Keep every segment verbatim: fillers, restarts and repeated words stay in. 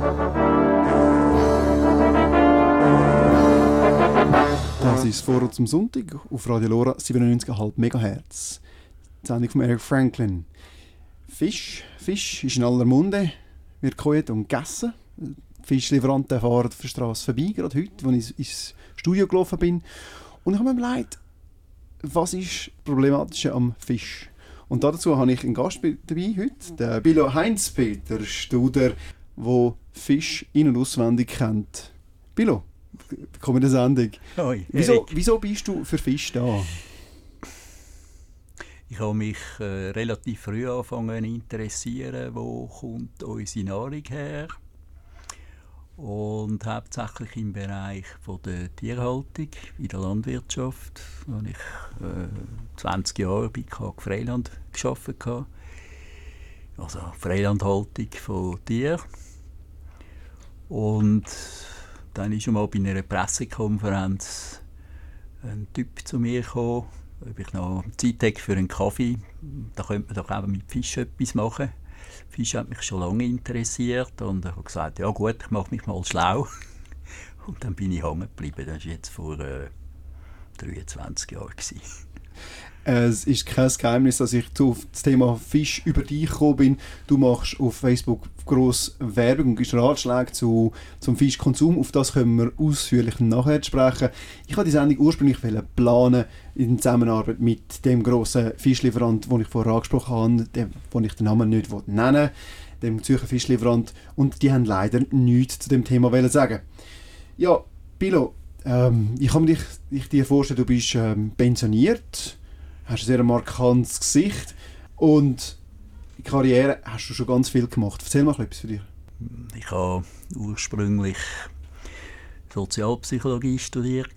Das ist das Forum zum Sonntag auf Radio Lora siebenundneunzig Komma fünf Megahertz. Die Sendung von Eric Franklin. Fisch, Fisch ist in aller Munde, wird gekocht und gegessen. Fischlieferanten fahren auf der Straße vorbei, gerade heute, als ich ins Studio gelaufen bin. Und ich habe mir überlegt, was ist das Problematische am Fisch? Und dazu habe ich einen Gast dabei heute, den Bilo Heinz-Peter Studer, der Fisch in- und auswendig kennt. Bilo, willkommen in der Sendung. Hoi, wieso, wieso bist du für Fisch da? Ich habe mich äh, relativ früh angefangen zu interessieren, wo kommt unsere Nahrung her. Und hauptsächlich im Bereich von der Tierhaltung, in der Landwirtschaft, wo ich äh, zwanzig Jahre bei K G Freiland gearbeitet habe. Also Freilandhaltung von Tieren. Und dann ist mal bei einer Pressekonferenz ein Typ zu mir gekommen, ob ich noch Zeit habe für einen Kaffee. Da könnte man doch eben mit Fisch etwas machen. Fisch hat mich schon lange interessiert und ich habe gesagt, ja gut, ich mache mich mal schlau. Und dann bin ich hängen geblieben. Das war jetzt vor äh, dreiundzwanzig Jahren. Es ist kein Geheimnis, dass ich auf das Thema Fisch über dich gekommen bin. Du machst auf Facebook grosse Werbung und gibst Ratschläge zu, zum Fischkonsum. Auf das können wir ausführlich nachher sprechen. Ich wollte die Sendung ursprünglich planen in Zusammenarbeit mit dem grossen Fischlieferant, den ich vorher angesprochen habe, dem, den ich den Namen nicht nennen will, dem Zürcher Fischlieferant. Und die haben leider nichts zu dem Thema sagen. Ja, Bilo, ähm, ich kann mir dich, ich dir vorstellen, du bist ähm, pensioniert, hast ein sehr markantes Gesicht und in der Karriere hast du schon ganz viel gemacht. Erzähl mal etwas für dich. Ich habe ursprünglich Sozialpsychologie studiert,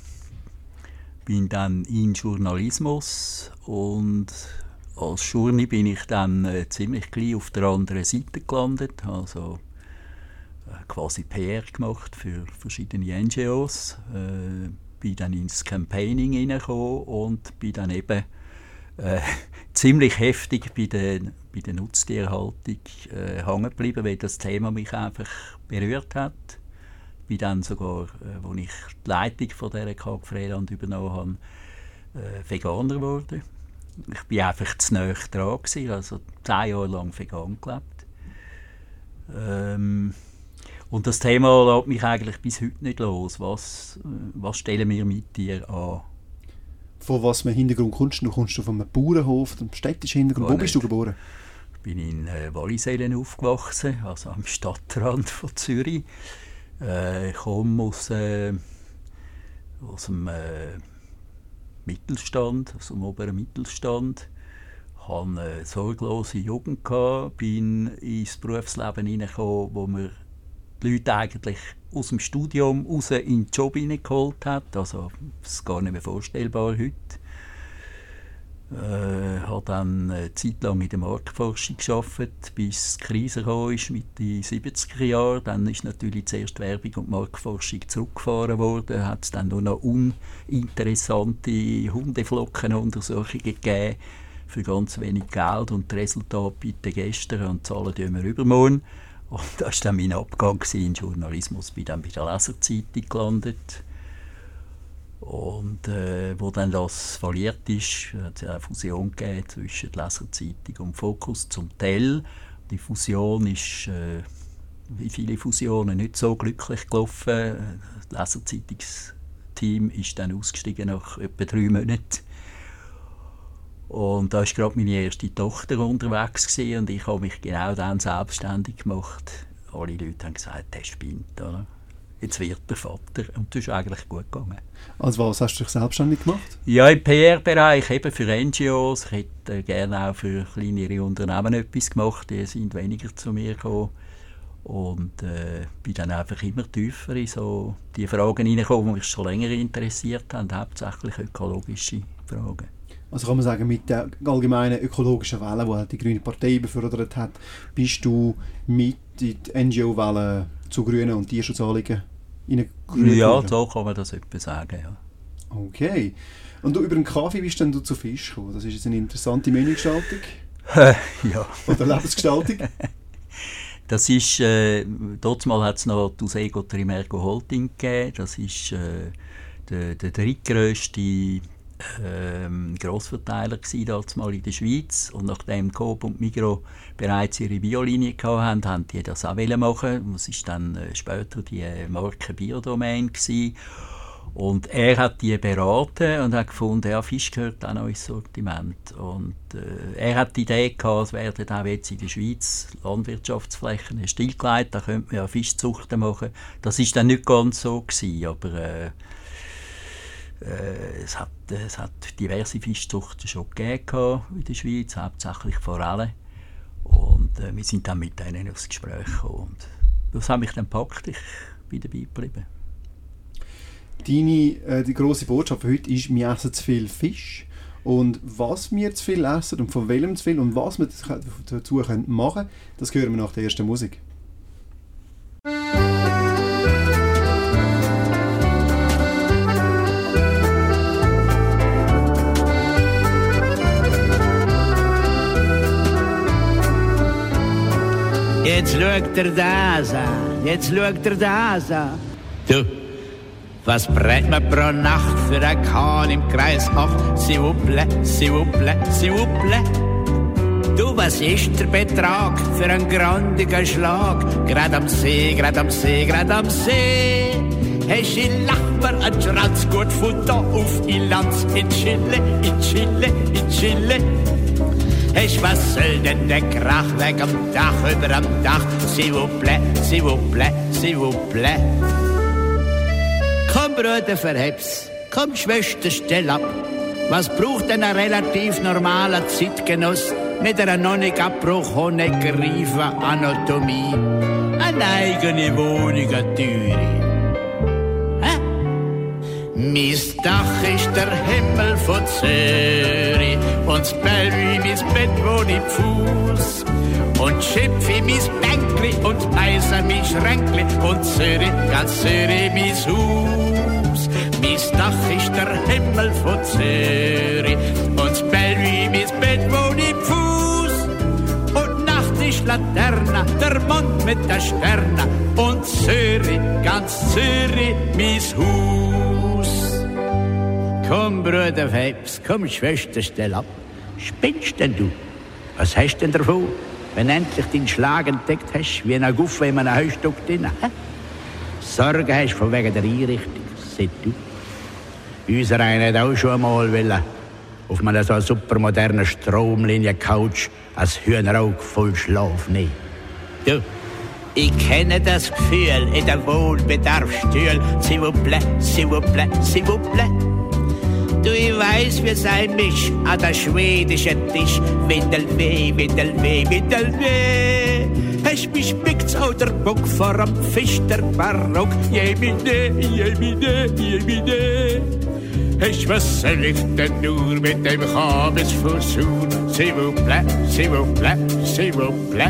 bin dann in Journalismus und als Journi bin ich dann äh, ziemlich gleich auf der anderen Seite gelandet, also äh, quasi P R gemacht für verschiedene N G Os. Äh, bin dann ins Campaigning hineingekommen und bin dann eben äh, ziemlich heftig bei der, bei der Nutztierhaltung äh, hängen geblieben, weil das Thema mich einfach berührt hat. Bin dann sogar, äh, als ich die Leitung von dieser K G Freiland übernommen habe, äh, Veganer geworden. Ich war einfach zu nahe dran gewesen, also zehn Jahre lang vegan gelebt. Ähm, Und das Thema lässt mich eigentlich bis heute nicht los. Was, was stellen wir mit dir an? Von was für Hintergrund kommst du? Kommst du von einem Bauernhof, einem städtischen Hintergrund? Gar Wo bist nicht. Du geboren? Ich bin in äh, Wallisellen aufgewachsen, also am Stadtrand von Zürich. Äh, ich komme aus, äh, aus dem äh, Mittelstand, aus dem oberen Mittelstand. Ich hatte eine sorglose Jugend, bin ins Berufsleben hineingekommen, wo wir die Leute eigentlich aus dem Studium raus in den Job hineingeholt hat. Also, das ist gar nicht mehr vorstellbar heute. Ich äh, habe dann eine Zeit lang in der Marktforschung gearbeitet, bis die Krise kam, Mitte siebziger Jahre. Dann ist natürlich zuerst Werbung und Marktforschung zurückgefahren worden. Hat es dann nur noch uninteressante Hundeflockenuntersuchungen gegeben für ganz wenig Geld und die Resultate bitte gestern und zahlen wir übermorgen. Und das war dann mein Abgang in den Journalismus. Ich bin dann bei der Leserzeitung gelandet. Und äh, wo dann das verliert ist, hat es eine Fusion gegeben zwischen der Leserzeitung und Focus zum Teil. Die Fusion ist, äh, wie viele Fusionen, nicht so glücklich gelaufen. Das Leserzeitungsteam ist dann ausgestiegen nach etwa drei Monaten. Und da war gerade meine erste Tochter unterwegs gewesen, und ich habe mich genau dann selbstständig gemacht. Alle Leute haben gesagt, der spinnt, oder? Jetzt wird der Vater. Und das ist eigentlich gut gegangen. Also was hast du dich selbstständig gemacht? Ja, im P R-Bereich, eben für N G Os. Ich hätte gerne auch für kleinere Unternehmen etwas gemacht. Die sind weniger zu mir gekommen. Und äh, bin dann einfach immer tiefer in so die Fragen hineingekommen, die mich schon länger interessiert haben. Hauptsächlich ökologische Fragen. Also kann man sagen, mit der allgemeinen ökologischen Welle, die die Grüne Partei befördert hat, bist du mit in die N G O-Welle zu Grünen und Tierschutzanliegen hineingekommen? Ja, so kann man das etwa sagen, ja. Okay. Und du, über den Kaffee bist dann du zu Fisch gekommen. Das ist jetzt eine interessante Menügestaltung. ja. Oder Lebensgestaltung. Das ist, äh, dort mal hat es noch die Usego Trimergo Holding gegeben. Das ist äh, der, der drittgrösste ähm, Grossverteiler gsi dort mal in der Schweiz. Und nachdem Coop und Migros bereits ihre Biolinie hatten, haben die das auch machen. Das war dann äh, später die Marke Biodomain gsi. Und er hat die beraten und hat gefunden, ja, Fisch gehört auch noch ins Sortiment. Und äh, er hat die Idee gehabt, es werden auch jetzt in der Schweiz Landwirtschaftsflächen stillgelegt, da könnte man ja Fischzuchten machen. Das war dann nicht ganz so gewesen, aber äh, äh, es, hat, es hat diverse Fischzuchten schon gegeben in der Schweiz, hauptsächlich Forellen. Und äh, wir sind dann mit denen aufs Gespräch gekommen. Und das hat mich dann gepackt, ich bin dabei geblieben. Deine äh, die grosse Botschaft für heute ist, wir essen zu viel Fisch. Und was wir zu viel essen und von welchem zu viel und was wir dazu machen können, das hören wir nach der ersten Musik. Jetzt schaut er das an, jetzt schaut er das an. Du, was brät man pro Nacht für ein Kahn im Kreis acht? S'il vous plaît, s'il vous plaît, s'il vous plaît. Du, was ist der Betrag für einen grandigen Schlag? Grad am See, grad am See, grad am See. Hast in Lachbar ein Schranz gut von da auf Ilanz in Chile, in Chile, in Chile. Hast was soll denn der Krach weg am Dach, über am Dach? S'il vous plaît, s'il vous plaît, s'il vous plaît. Komm, Bruder, verheb's. Komm, Schwester, stell ab. Was braucht denn ein relativ normaler Zeitgenoss? Nicht ein Nonnig-Abbruch ohne Griefe Anatomie. Eine eigene Wohnung, eine Türe. Hä? Mis Dach ist der Himmel von Zürich. Und das Bellevue, mis Bett, wo die Fuß. Und Schipfi, mis Bänkli. Und Meiser, mis Schränkli. Und Zürich, ganz Zürich, mis Haus. Mis Dach ist der Himmel von Zürich. Und das Bellevue, mis Bett, wo die Fuß. Und Nacht ist Laterne, der Mond mit der Sterne. Und Zürich, ganz Zürich, mis Haus. Komm, Bruder Phelps, komm, Schwester, stell ab. Spinnst denn du? Was hast denn davon, wenn endlich deinen Schlag entdeckt hast, wie ein Guffe in einem Heustück drin? Hä? Sorge hast von wegen der Einrichtung, seht du. Unser einer hat auch schon einmal wollen, auf einer so supermodernen Stromlinie-Couch als Hühnerauge voll Schlaf nehmen. Du, ich kenne das Gefühl in der Wohlbedarfsstühl. S'il vous plaît, s'il vous plaît, s'il vous plaît. Du, ich weiss, wie es ein Misch an der schwedischen Tisch. Windelweh, Windelweh, Windelweh. Hast mich spickt's auch der Bock vor am Fisch der Barock. Jemine, jemine, jemine. Hast was soll ich denn nur mit dem Chames versuchen? S'il vous plaît, s'il vous plaît, s'il vous plaît.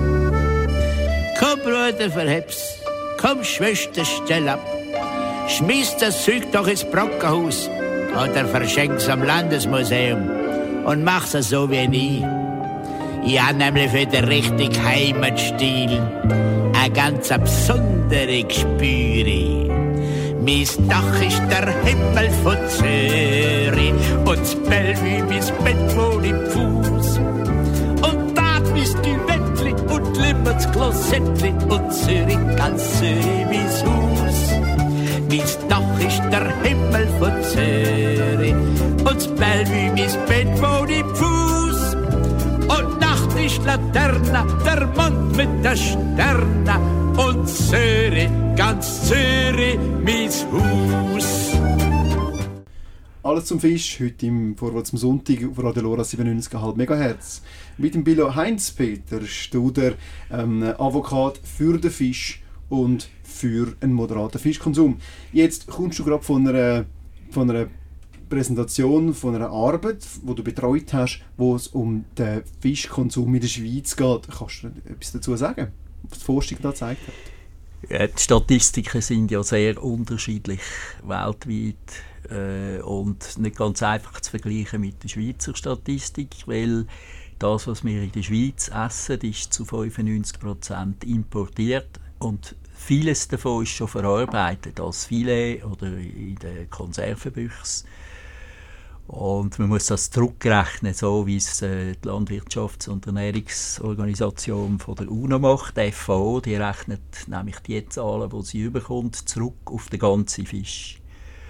Komm, Bruder, verheb's. Komm, Schwester, stell ab. Schmiss das Zeug doch ins Brockenhaus. Oder verschenk's am Landesmuseum und mach's so wie nie. Ich hab nämlich für den richtigen Heimatstil eine ganz besondere Gespüre. Mein Dach ist der Himmel von Zürich und das Bellevue mein Bett wohl im Fuß. Und da ist die Wettli und Limmerts Klosettli und Zürich, ganz Zürich mein Haus. Mein Dach ist der Himmel von Zürich und das Bellevue mein Bett wohl im Fuß. Und Nacht ist Laterne, der Mond mit der Sterne und Zürich, ganz Zürich, mein Haus. Alles zum Fisch, heute im Vorwärts zum Sonntag auf Radio Lora siebenundneunzig Komma fünf Megahertz. Mit dem Bilo Heinz-Peter Studer, ähm, Advokat für den Fisch und für einen moderaten Fischkonsum. Jetzt kommst du gerade von einer, von einer Präsentation, von einer Arbeit, die du betreut hast, wo es um den Fischkonsum in der Schweiz geht. Kannst du etwas dazu sagen, was die Forschung da gezeigt hat? Ja, die Statistiken sind ja sehr unterschiedlich weltweit äh, und nicht ganz einfach zu vergleichen mit der Schweizer Statistik, weil das, was wir in der Schweiz essen, ist zu fünfundneunzig Prozent importiert und vieles davon ist schon verarbeitet als Filet oder in den Konservenbüchsen. Und man muss das zurückrechnen, so wie es äh, die Landwirtschafts- und Ernährungsorganisation von der UNO macht, die F A O, die rechnet nämlich die Zahlen, die sie überkommt, zurück auf den ganzen Fisch.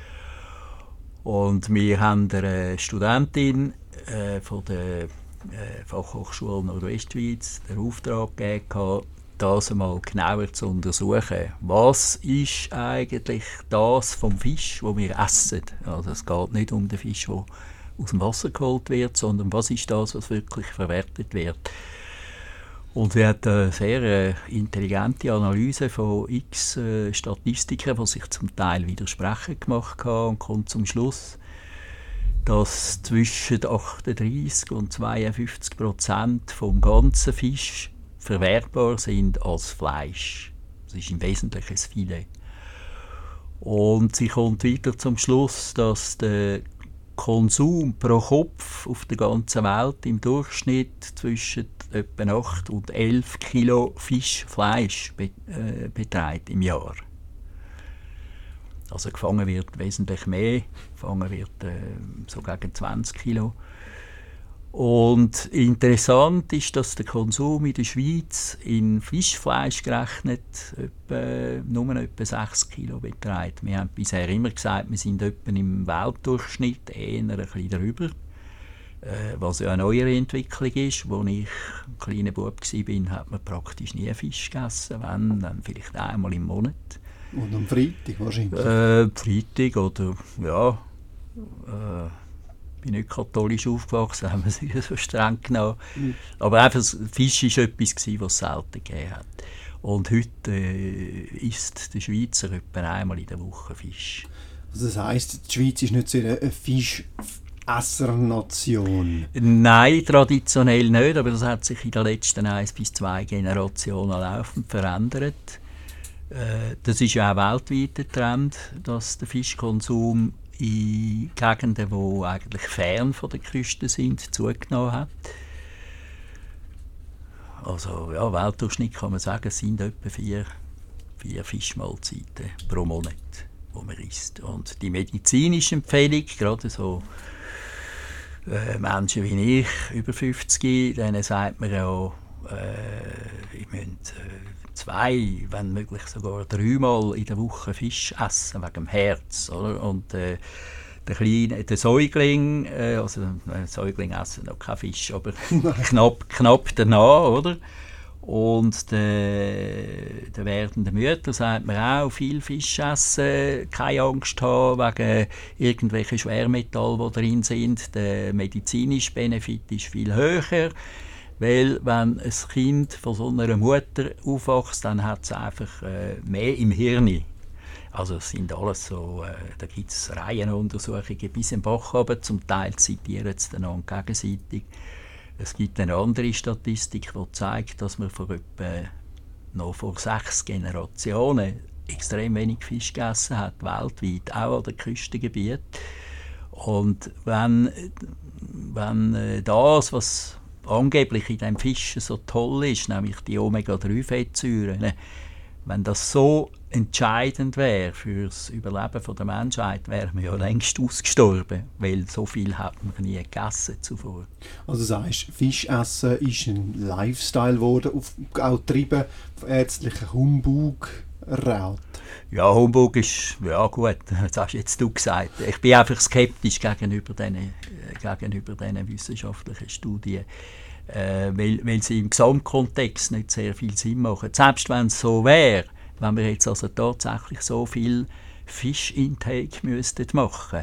Und wir haben eine Studentin äh, von der äh, Fachhochschule Nordwestschweiz den Auftrag gegeben, das einmal genauer zu untersuchen. Was ist eigentlich das vom Fisch, den wir essen? Also es geht nicht um den Fisch, der aus dem Wasser geholt wird, sondern was ist das, was wirklich verwertet wird. Und sie hat eine sehr äh, intelligente Analyse von x äh, Statistiken, die sich zum Teil widersprechen, gemacht haben und kommt zum Schluss, dass zwischen achtunddreissig und zweiundfünfzig Prozent vom ganzen Fisch verwertbar sind als Fleisch. Das ist im Wesentlichen das Filet. Und sie kommt weiter zum Schluss, dass der Konsum pro Kopf auf der ganzen Welt im Durchschnitt zwischen etwa acht und elf Kilo Fischfleisch be- äh, beträgt im Jahr. Also gefangen wird wesentlich mehr, gefangen wird äh, so gegen zwanzig Kilo. Und interessant ist, dass der Konsum in der Schweiz in Fischfleisch gerechnet etwa, nur etwa sechs Kilo beträgt. Wir haben bisher immer gesagt, wir sind etwa im Weltdurchschnitt eher ein bisschen drüber. Äh, was ja eine neuere Entwicklung ist. Als ich ein kleiner Bub war, hat man praktisch nie Fisch gegessen, wenn, dann vielleicht einmal im Monat. Und am Freitag wahrscheinlich? Äh, Freitag oder, ja, äh, ich bin nicht katholisch aufgewachsen, haben wir sich so streng genommen. Mhm. Aber einfach, Fisch war etwas, was es selten gegeben hat. Und heute äh, isst der Schweizer etwa einmal in der Woche Fisch. Also das heisst, die Schweiz ist nicht so eine Fischessernation? Nein, traditionell nicht, aber das hat sich in den letzten ein bis zwei Generationen laufend verändert. Äh, das ist ja auch weltweit der Trend, dass der Fischkonsum in Gegenden, die eigentlich fern von der Küste sind, zugenommen hat. Also ja, Weltdurchschnitt kann man sagen, es sind etwa vier, vier Fischmahlzeiten pro Monat, die man isst. Und die medizinische Empfehlung, gerade so äh, Menschen wie ich, über fünfzig, denen sagt man ja, äh, ich müsste äh, zwei, wenn möglich sogar dreimal in der Woche Fisch essen, wegen dem Herz. Oder? Und äh, der, kleine, der Säugling, äh, also äh, Säugling essen noch kein Fisch, aber knapp, knapp danach, oder? Und der, der werdende Mütter sagt mir auch, viel Fisch essen, keine Angst haben wegen irgendwelchen Schwermetallen, die drin sind. Der medizinische Benefit ist viel höher. Weil wenn ein Kind von so einer Mutter aufwächst, dann hat es einfach äh, mehr im Hirn. Also es sind alles so, äh, da gibt es Reihenuntersuchungen bis im Bach runter, zum Teil zitieren sie dann gegenseitig. Es gibt eine andere Statistik, die zeigt, dass man vor etwa noch vor sechs Generationen extrem wenig Fisch gegessen hat, weltweit, auch an den Küstengebieten. Und wenn, wenn äh, das, was angeblich in diesem Fisch so toll ist, nämlich die Omega drei Fettsäuren, wenn das so entscheidend wäre für das Überleben der Menschheit, wären wir ja längst ausgestorben, weil so viel hat man nie gegessen zuvor. Also das heisst, Fischessen ist ein Lifestyle geworden, auch getrieben von ärztlichen Humbug-Rat. Ja, Humbug ist, ja gut, das hast jetzt du gesagt. Ich bin einfach skeptisch gegenüber diesen, gegenüber diesen wissenschaftlichen Studien, äh, weil, weil sie im Gesamtkontext nicht sehr viel Sinn machen. Selbst wenn es so wäre, wenn wir jetzt also tatsächlich so viel Fisch-Intake müssten machen,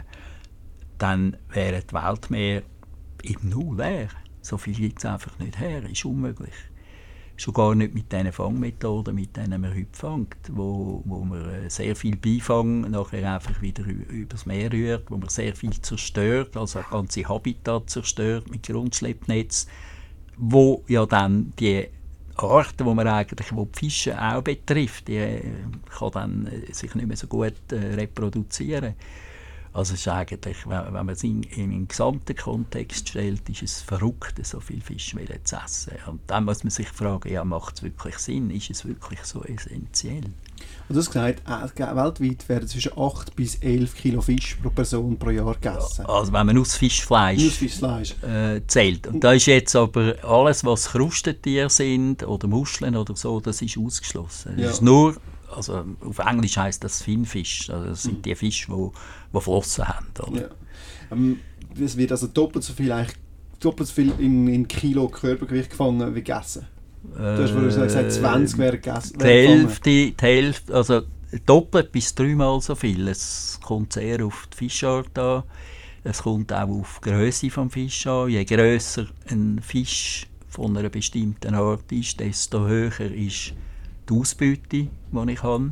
dann wäre die Weltmeer im Null leer. So viel gibt es einfach nicht her, ist unmöglich. Schon gar nicht mit diesen Fangmethoden, mit denen man heute fängt, wo, wo man sehr viel Beifang nachher einfach wieder übers Meer rührt, wo man sehr viel zerstört, also das ganze Habitat zerstört mit Grundschleppnetz, wo ja dann die Arten, wo man eigentlich, wo die Fische auch betrifft, die kann dann sich nicht mehr so gut äh, reproduzieren. Also es ist eigentlich, wenn, wenn man es in, in den gesamten Kontext stellt, ist es verrückt, so viel Fisch zu essen. Und dann muss man sich fragen, ja, macht es wirklich Sinn? Ist es wirklich so essentiell? Und du hast gesagt, äh, weltweit werden zwischen acht bis elf Kilo Fisch pro Person pro Jahr gegessen. Also wenn man nur das Fischfleisch, nur das Fischfleisch. Äh, zählt. Und da ist jetzt aber alles, was Krustentiere sind oder Muscheln oder so, das ist ausgeschlossen. Das ja. ist nur, also auf Englisch heisst das Finnfisch. Also das sind mhm. die Fische, die, die Flossen haben. Oder? Ja. Ähm, es wird also doppelt so viel, eigentlich, doppelt so viel in, in Kilo Körpergewicht gefangen wie gegessen. Du hast vorhin gesagt, zwanzig wäre gegessen. Die Hälfte, die Hälfte, also doppelt bis dreimal so viel. Es kommt sehr auf die Fischart an. Es kommt auch auf die Grösse des Fisch an. Je grösser ein Fisch von einer bestimmten Art ist, desto höher ist die Ausbeute, die ich habe.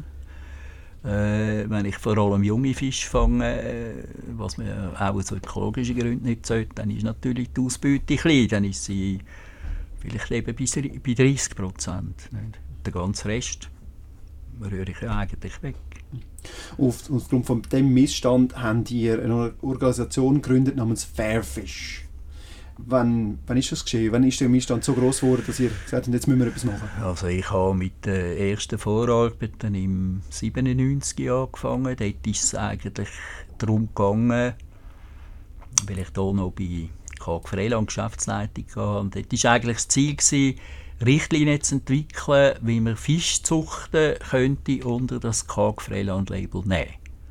Äh, wenn ich vor allem junge Fische fange, äh, was man auch aus ökologischen Gründen nicht sollte, dann ist natürlich die Ausbeute klein. Dann ist sie vielleicht eben bei dreißig Prozent. Der ganze Rest rühre ich ja eigentlich weg. Auf, aufgrund von diesem Missstand haben die eine Organisation gegründet namens Fairfish. Wann, wann ist das geschehen? Wann ist der Missstand so gross geworden, dass ihr gesagt habt, jetzt müssen wir etwas machen? Also ich habe mit den ersten Vorarbeiten im siebenundneunzig angefangen. Dort ist es eigentlich darum gegangen, weil ich hier noch bei K G Freeland Geschäftsleitung hatte. Dort war eigentlich das Ziel gewesen, Richtlinien zu entwickeln, wie man Fischzuchten könnte unter das K G Freeland-Label nehmen.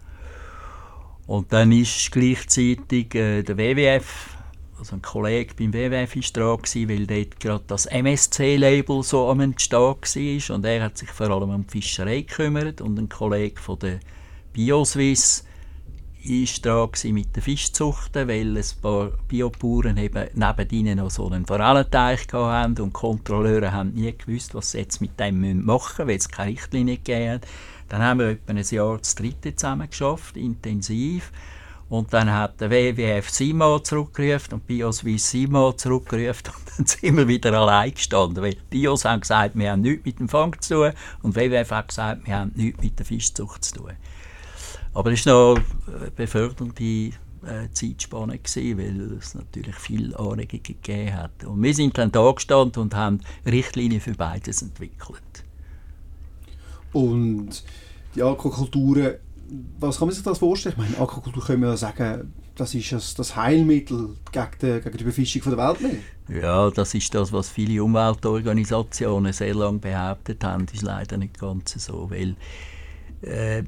Und dann ist gleichzeitig äh, der W W F, also ein Kollege beim W W F war dran gewesen, weil dort gerade das M S C-Label so am Entstehen war. Und er hat sich vor allem um die Fischerei gekümmert. Und ein Kollege von der BioSwiss war dran mit der Fischzuchten, weil ein paar Biobauern eben neben ihnen noch so einen Forellenteich hatten und die Kontrolleure haben nie gewusst, was sie jetzt mit dem machen müssen, weil es keine Richtlinie gegeben hat. Dann haben wir etwa ein Jahr das dritte zusammen geschafft, intensiv. Und dann hat der W W F SIMA zurückgerufen und BioSwiss SIMA zurückgerufen und dann sind wir wieder allein gestanden, weil die Bios haben gesagt, wir haben nichts mit dem Fang zu tun und W W F hat gesagt, wir haben nichts mit der Fischzucht zu tun. Aber es war noch eine befördernde äh, Zeitspanne gewesen, weil es natürlich viele Anregungen gegeben hat. Und wir sind dann da gestanden und haben Richtlinien für beides entwickelt. Und die Aquakulturen, was kann man sich das vorstellen? Ich meine, Aquakultur können wir ja sagen, das ist das, das Heilmittel gegen die, gegen die Befischung von der Weltmeer. Ja, das ist das, was viele Umweltorganisationen sehr lange behauptet haben. Das ist leider nicht ganz so, weil äh,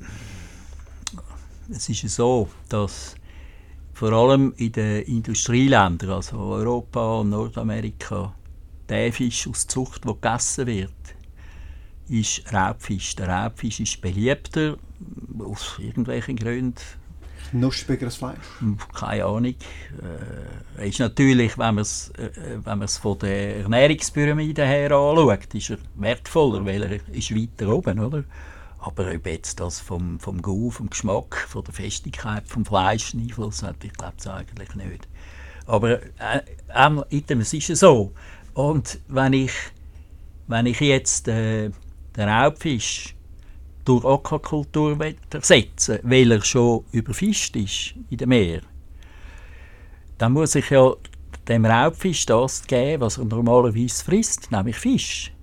es ist so, dass vor allem in den Industrieländern, also Europa und Nordamerika, der Fisch aus Zucht, der gegessen wird, ist Raubfisch. Der Raubfisch ist beliebter, aus irgendwelchen Gründen. Knusprigeres Fleisch? Keine Ahnung. Er ist natürlich, wenn man es äh, wenn man es von der Ernährungspyramide her anschaut, ist er wertvoller, weil er ist weiter oben, oder? Aber ob jetzt das vom, vom Geruch, vom Geschmack, von der Festigkeit vom Fleisch einen Einfluss hat, ich glaube es eigentlich nicht. Aber äh, es ist so. Und wenn ich, wenn ich jetzt äh, den Raubfisch durch Aquakultur ersetze, weil er schon überfischt ist in dem Meer, dann muss ich ja dem Raubfisch das geben, was er normalerweise frisst, nämlich Fisch.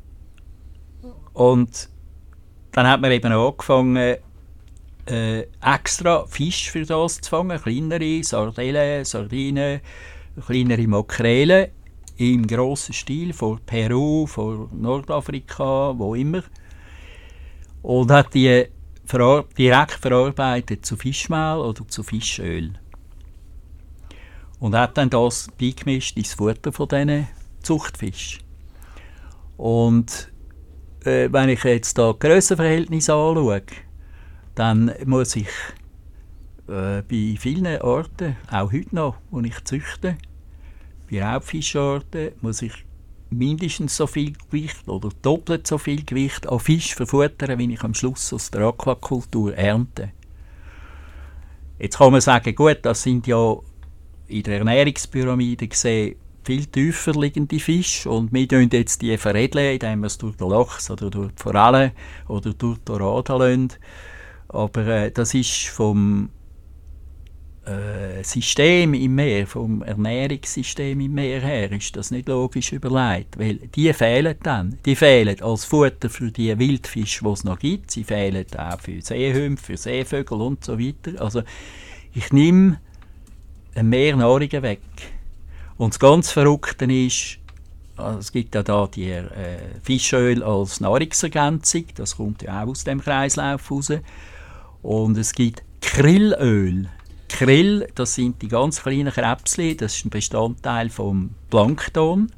Und dann hat man eben angefangen, äh, extra Fisch für das zu fangen, kleinere Sardellen, Sardinen, kleinere Makrelen im grossen Stil, von Peru, von Nordafrika, wo immer. Und hat die verar- direkt verarbeitet zu Fischmehl oder zu Fischöl. Und hat dann das beigemischt ins Futter von diesen Zuchtfischen. Und äh, wenn ich jetzt da Grössenverhältnisse anschaue, dann muss ich äh, bei vielen Arten, auch heute noch, die ich züchte, bei Raubfischarten, muss ich mindestens so viel Gewicht oder doppelt so viel Gewicht an Fisch verfuttern, wie ich am Schluss aus der Aquakultur ernte. Jetzt kann man sagen, gut, das sind ja in der Ernährungspyramide gesehen viel tiefer liegende Fische und wir tun jetzt die veredeln, indem wir es durch den Lachs oder durch die Forelle oder durch die Dorade lassen. Aber äh, das ist vom äh, System im Meer, vom Ernährungssystem im Meer her, ist das nicht logisch überlegt, weil die fehlen dann. Die fehlen als Futter für die Wildfische, die es noch gibt. Sie fehlen auch für Seehunde, für Seevögel und so weiter. Also ich nehme mehr Nahrungen weg. Und das ganz Verrückte ist, also es gibt ja da die äh, Fischöl als Nahrungsergänzung, das kommt ja auch aus dem Kreislauf raus. Und es gibt Krillöl. Krill, das sind die ganz kleinen Krebsli, das ist ein Bestandteil vom Plankton.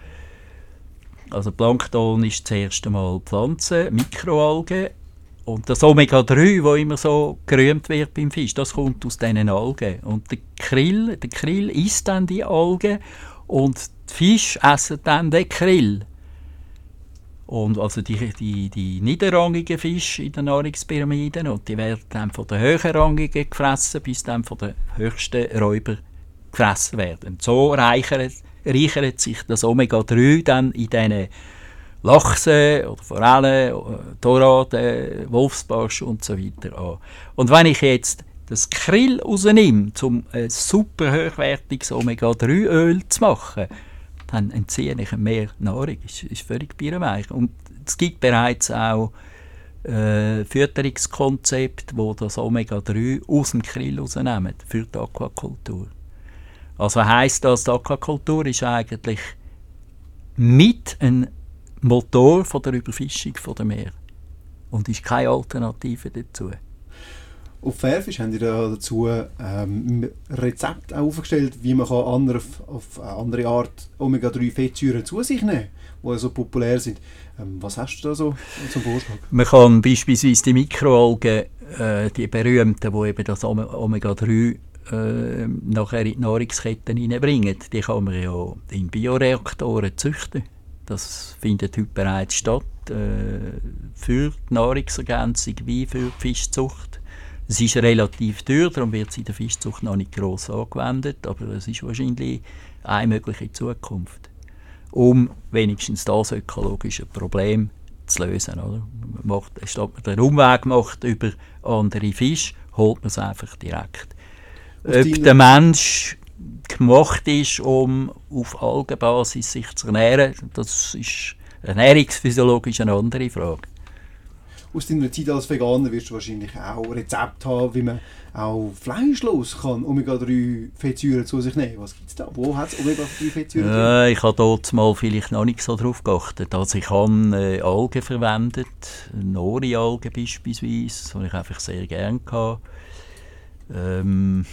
Also Plankton ist zuerst einmal Pflanzen, Mikroalgen. Und das Omega drei, das immer so gerühmt wird beim Fisch, das kommt aus diesen Algen. Und der Krill, der Krill isst dann die Algen und die Fische essen dann den Krill. Und also die, die, die niederrangigen Fische in den Nahrungspyramiden, und die werden dann von den höherrangigen gefressen, bis dann von den höchsten Räubern gefressen werden. Und so reichert, reichert sich das Omega drei dann in diesen Lachsen oder Forellen, Doraden, Wolfsbarsch und so weiter an. Und wenn ich jetzt das Krill rausnehme, um ein super hochwertiges Omega drei Öl zu machen, dann entziehe ich mehr Nahrung. Das ist völlig birrenweich. Und es gibt bereits auch äh, Fütterungskonzepte, die das Omega drei aus dem Krill rausnehmen für die Aquakultur. Also heisst das, die Aquakultur ist eigentlich mit ein Motor von der Überfischung der Meer und ist keine Alternative dazu. Auf Fairfish haben Sie da dazu ähm, Rezepte aufgestellt, wie man kann andere, auf eine andere Art Omega drei Fettsäuren zu sich nehmen kann, die so populär sind. Ähm, was hast du da so zum Vorschlag? Man kann beispielsweise die Mikroalgen, äh, die berühmten, die eben das Omega drei äh, nachher in die Nahrungsketten hineinbringen, die kann man ja in Bioreaktoren züchten. Das findet heute bereits statt, äh, für die Nahrungsergänzung wie für die Fischzucht. Es ist relativ teuer, darum wird es in der Fischzucht noch nicht gross angewendet, aber es ist wahrscheinlich eine mögliche Zukunft, um wenigstens das ökologische Problem zu lösen. Oder? Man macht, statt man den Umweg macht über andere Fische, holt man es einfach direkt. Auf Ob der Mensch gemacht ist, um auf Algenbasis sich zu ernähren, das ist ernährungsphysiologisch eine andere Frage. Aus deiner Zeit als Veganer wirst du wahrscheinlich auch Rezepte haben, wie man auch fleischlos kann Omega drei Fettsäuren zu sich nehmen. Was gibt es da? Wo hat es Omega drei Fettsäuren? Äh, ich habe dort mal vielleicht noch nicht so drauf geachtet. Also ich habe äh, Algen verwendet, Nori-Algen beispielsweise, die ich einfach sehr gerne hatte. Ähm,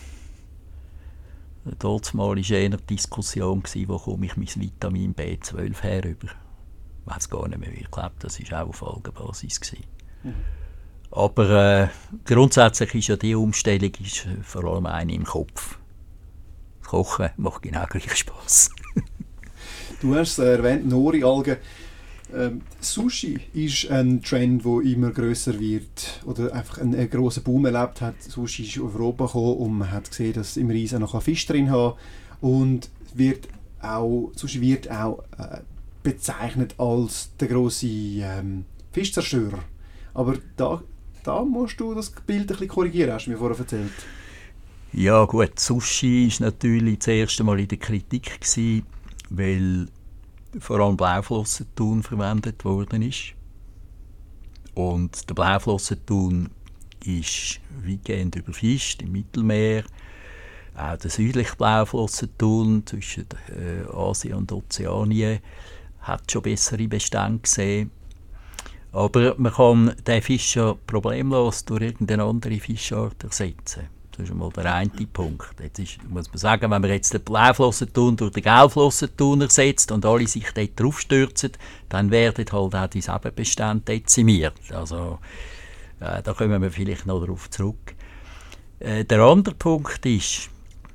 dort mal war eher eine Diskussion, wo komme ich mein Vitamin B zwölf herüber. Ich weiß gar nicht mehr, wie ich glaube, das war auch auf Algenbasis. Mhm. Aber äh, grundsätzlich ist ja die Umstellung ist vor allem eine im Kopf. Das Kochen macht genau gleich Spass. Du hast es erwähnt, Nori-Algen. Ähm, Sushi ist ein Trend, der immer grösser wird oder einfach einen, einen grossen Boom erlebt hat. Sushi ist auf Europa gekommen und man hat gesehen, dass im Riesen noch Fisch drin hat. Und wird auch, Sushi wird auch äh, bezeichnet als der grosse ähm, Fischzerstörer. Aber da, da musst du das Bild ein bisschen korrigieren, hast du mir vorher erzählt. Ja gut, Sushi war natürlich das erste Mal in der Kritik gewesen, weil vor allem Blauflossenthun verwendet worden ist. Und der Blauflossenthun ist weitgehend überfischt im Mittelmeer. Auch der südliche Blauflossenthun zwischen äh, Asien und Ozeanien hat schon bessere Bestände gesehen. Aber man kann den Fisch ja problemlos durch irgendeine andere Fischart ersetzen. Das ist einmal der eine Punkt. Jetzt ist, muss man sagen, wenn man jetzt den Blauflossenthun durch den Gelbflossenthun ersetzt und alle sich dort drauf stürzen, dann werden halt auch die Nebenbestände dezimiert. Also, äh, da kommen wir vielleicht noch darauf zurück. Äh, der andere Punkt ist,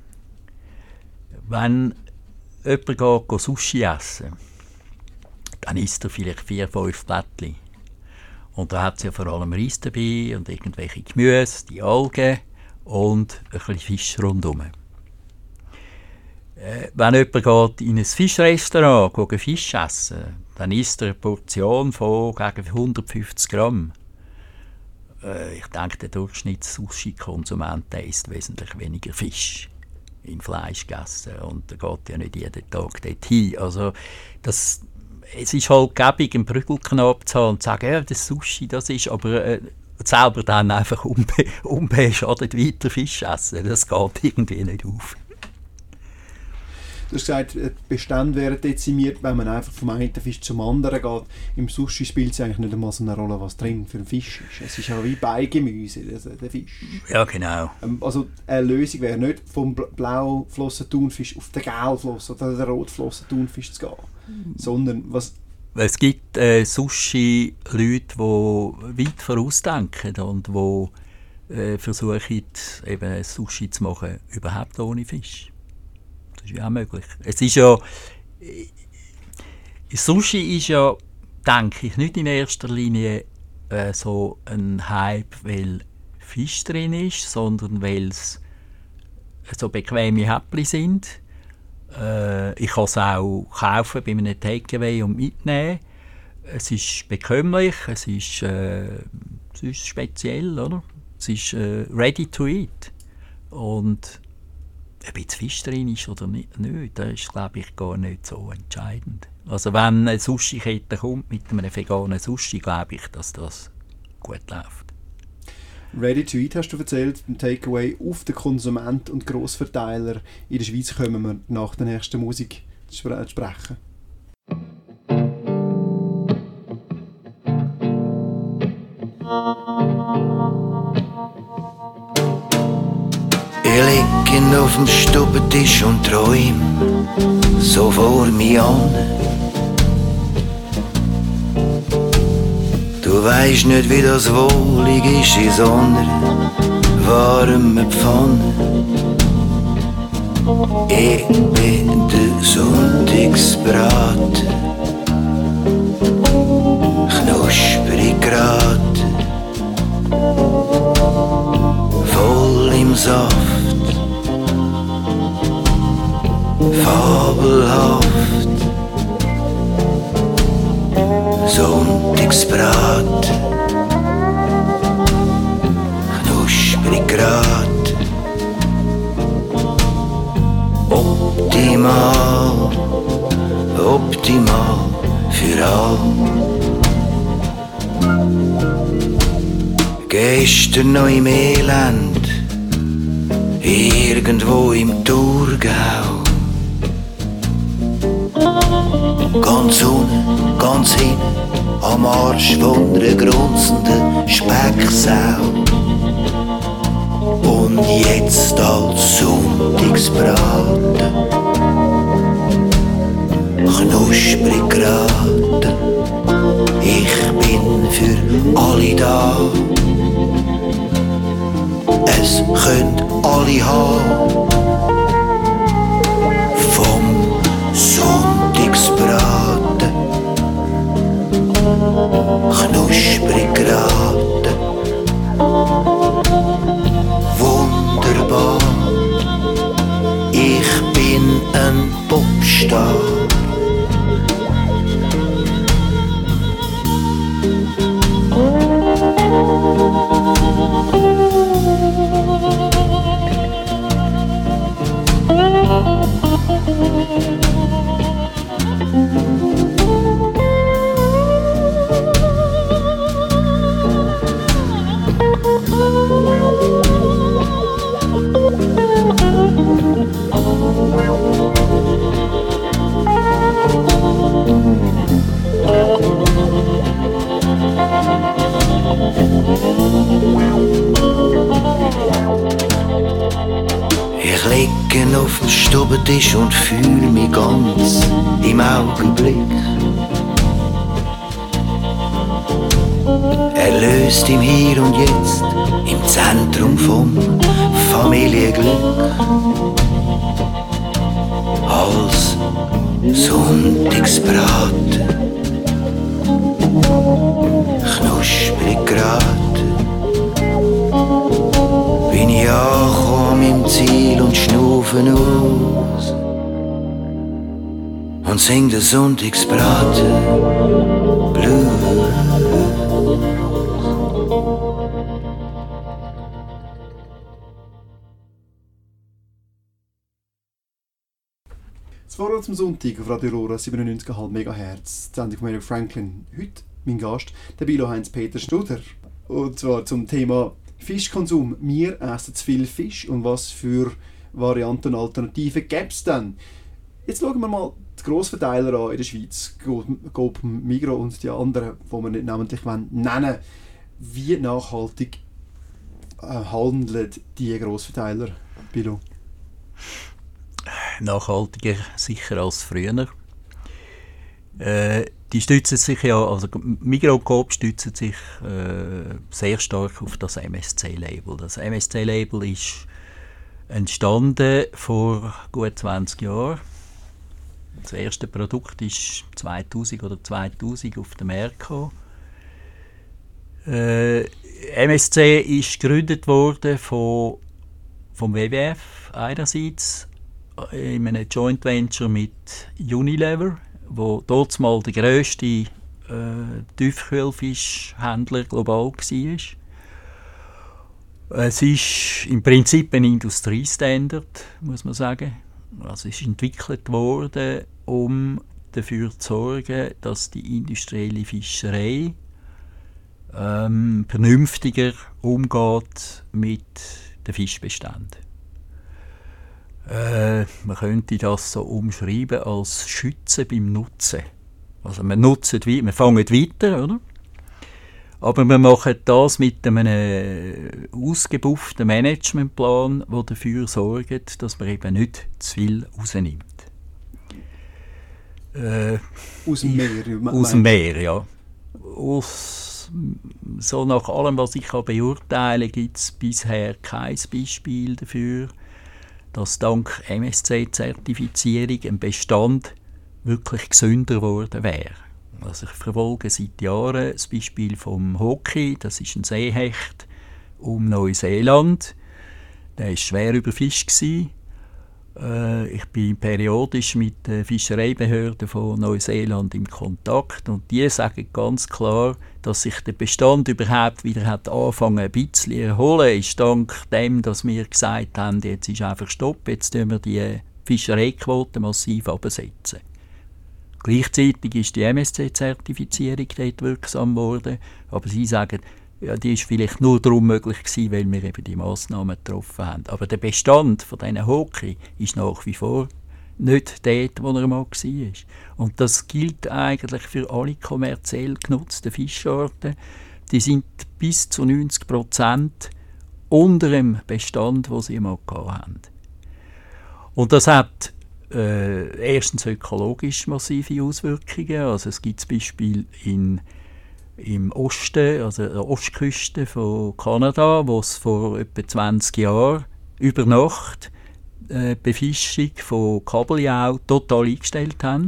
wenn jemand geht, geht Sushi essen, dann isst er vielleicht vier, fünf Blättchen. Und da hat es ja vor allem Reis dabei und irgendwelche Gemüse, die Algen und ein bisschen Fisch rundherum. Äh, wenn jemand geht in ein Fischrestaurant geht Fisch essen, dann isst er eine Portion von gegen hundertfünfzig Gramm. äh, ich denke, der Durchschnitts-Sushi-Konsument isst wesentlich weniger Fisch in Fleischgessen und er geht ja nicht jeden Tag dorthin. Also das, es ist halt gäbig, einen Prügelknopf zu haben und zu sagen, ja, das Sushi, das ist, aber äh, selber dann einfach unbe unbeschadet weiter Fisch essen, das geht irgendwie nicht auf. Du hast gesagt, die Bestände wären dezimiert, wenn man einfach vom einen Fisch zum anderen geht. Im Sushi spielt es eigentlich nicht einmal so eine Rolle, was drin für ein Fisch ist. Es ist ja wie Beigemüse, der Fisch. Ja, genau. Also eine Lösung wäre nicht vom Blauflossen-Thunfisch auf den Gelflossen oder den Rotflossen-Thunfisch zu gehen, mhm. sondern was... Es gibt äh, Sushi-Leute, die weit vorausdenken und die äh, versuchen, eben Sushi zu machen, überhaupt ohne Fisch. Das ist ja auch möglich. Es ist ja, Sushi ist ja, denke ich, nicht in erster Linie äh, so ein Hype, weil Fisch drin ist, sondern weil es so bequeme Häppchen sind. Äh, ich kann es auch kaufen bei einem Takeaway und mitnehmen. Es ist bekömmlich, es ist, äh, es ist speziell, oder? Es ist äh, ready to eat. Und ob jetzt Fisch drin ist oder nicht, nicht, das ist, glaube ich, gar nicht so entscheidend. Also wenn eine Sushi-Kette kommt mit einem veganen Sushi, glaube ich, dass das gut läuft. Ready to eat hast du erzählt, beim Takeaway auf den Konsument und Grossverteiler. In der Schweiz kommen wir nach der nächsten Musik zu sprechen. Ich liege auf dem Stubentisch und träum so vor mir an. Du weisst nicht, wie das wohlig ist in so einer warmen Pfanne. Ich bin der Sonntagsbrat, knusprig grad, voll im Saft. Fabelhaft, Sonntagsbrat, knusprig grad, optimal, optimal für all. Gestern noch im Elend, irgendwo im Thurgau. Ganz unten, ganz hinten, am Arsch von einer grunzenden Specksau. Und jetzt als Sonntagsbraten, knusprig geraten. Ich bin für alle da. Es könnt alle haben. Vom Sonntagsbraten, knusprig geraten, wunderbar. Ich bin ein Popstar. Ich liege auf dem Stubentisch und fühl mich ganz im Augenblick. Erlöst im Hier und Jetzt, im Zentrum vom Familienglück. Als Sonntagsbraten, knusprig grad, bin ich angekommen im Ziel und schnufe aus und sing den Sonntagsbraten Blues. Vorwärts am Sonntag auf Radio Aurora siebenundneunzig Komma fünf Megahertz. Die Sendung von Eric Franklin. Heute mein Gast, der Bilo Heinz-Peter Studer. Und zwar zum Thema Fischkonsum. Wir essen zu viel Fisch und was für Varianten und Alternativen gäbe es denn? Jetzt schauen wir mal die Grossverteiler an in der Schweiz. Coop, Migros und die anderen, die wir nicht namentlich nennen wollen. Wie nachhaltig äh, handeln die Grossverteiler, Bilo? Nachhaltiger sicher als früher. Äh, die stützen sich ja, also Migros und Coop stützen sich äh, sehr stark auf das M S C-Label. Das M S C-Label ist entstanden vor gut zwanzig Jahren. Das erste Produkt ist zweitausend oder zweitausend auf den Markt gekommen. Äh, M S C ist gegründet worden von, vom W W F einerseits in einem Joint Venture mit Unilever, wo dort mal der grösste äh, Tiefkühlfischhändler global war. Es ist im Prinzip ein Industriestandard, muss man sagen. Also es ist entwickelt worden, um dafür zu sorgen, dass die industrielle Fischerei ähm, vernünftiger umgeht mit den Fischbeständen. Äh, man könnte das so umschreiben als Schützen beim Nutzen. Also wir nutzen, wir fangen weiter, oder? Aber wir machen das mit einem ausgebufften Managementplan, der dafür sorgt, dass man eben nicht zu viel rausnimmt. Äh, aus dem Meer? Aus dem Meer, ja. Aus, so nach allem, was ich beurteilen kann, gibt es bisher kein Beispiel dafür, dass dank M S C-Zertifizierung ein Bestand wirklich gesünder geworden wäre. Also ich verfolge seit Jahren das Beispiel vom Hoki, das ist ein Seehecht um Neuseeland. Der war schwer überfischt. Äh, ich bin periodisch mit den Fischereibehörden von Neuseeland im Kontakt und die sagen ganz klar, dass sich der Bestand überhaupt wieder hat angefangen ein bisschen erholen, ist dank dem, dass wir gesagt haben, jetzt ist einfach Stopp, jetzt tun wir die Fischereiquote massiv absetzen. Gleichzeitig ist die M S C-Zertifizierung dort wirksam geworden, aber sie sagen, ja, die ist vielleicht nur darum möglich gewesen, weil wir eben die Massnahmen getroffen haben. Aber der Bestand von diesen Hoki ist nach wie vor nicht dort, wo er mal war. Und das gilt eigentlich für alle kommerziell genutzten Fischarten. Die sind bis zu neunzig Prozent unter dem Bestand, den sie mal hatten. Und das hat äh, erstens ökologisch massive Auswirkungen. Also es gibt Beispiele in im Osten, also der Ostküste von Kanada, wo es vor etwa zwanzig Jahren über Nacht äh, Befischung von Kabeljau total eingestellt haben.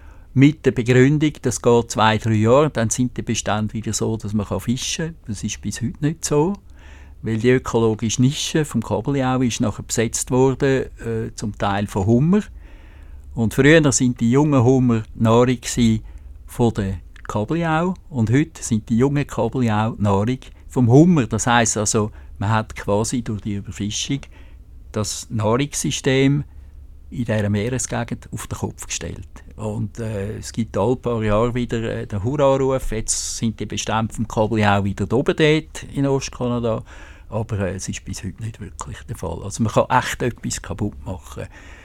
Mit der Begründung, das geht zwei, drei Jahre, dann sind die Bestände wieder so, dass man fischen kann. Das ist bis heute nicht so, weil die ökologische Nische vom Kabeljau ist nachher besetzt worden, äh, zum Teil von Hummer. Und früher sind die jungen Hummer Nahrung von der Kabeljau und heute sind die jungen Kabeljau Nahrung vom Hummer. Das heisst also, man hat quasi durch die Überfischung das Nahrungssystem in dieser Meeresgegend auf den Kopf gestellt. Und äh, es gibt alle paar Jahre wieder äh, den Hurraruf, jetzt sind die Bestände vom Kabeljau wieder oben dort in Ostkanada, aber äh, es ist bis heute nicht wirklich der Fall. Also man kann echt etwas kaputt machen.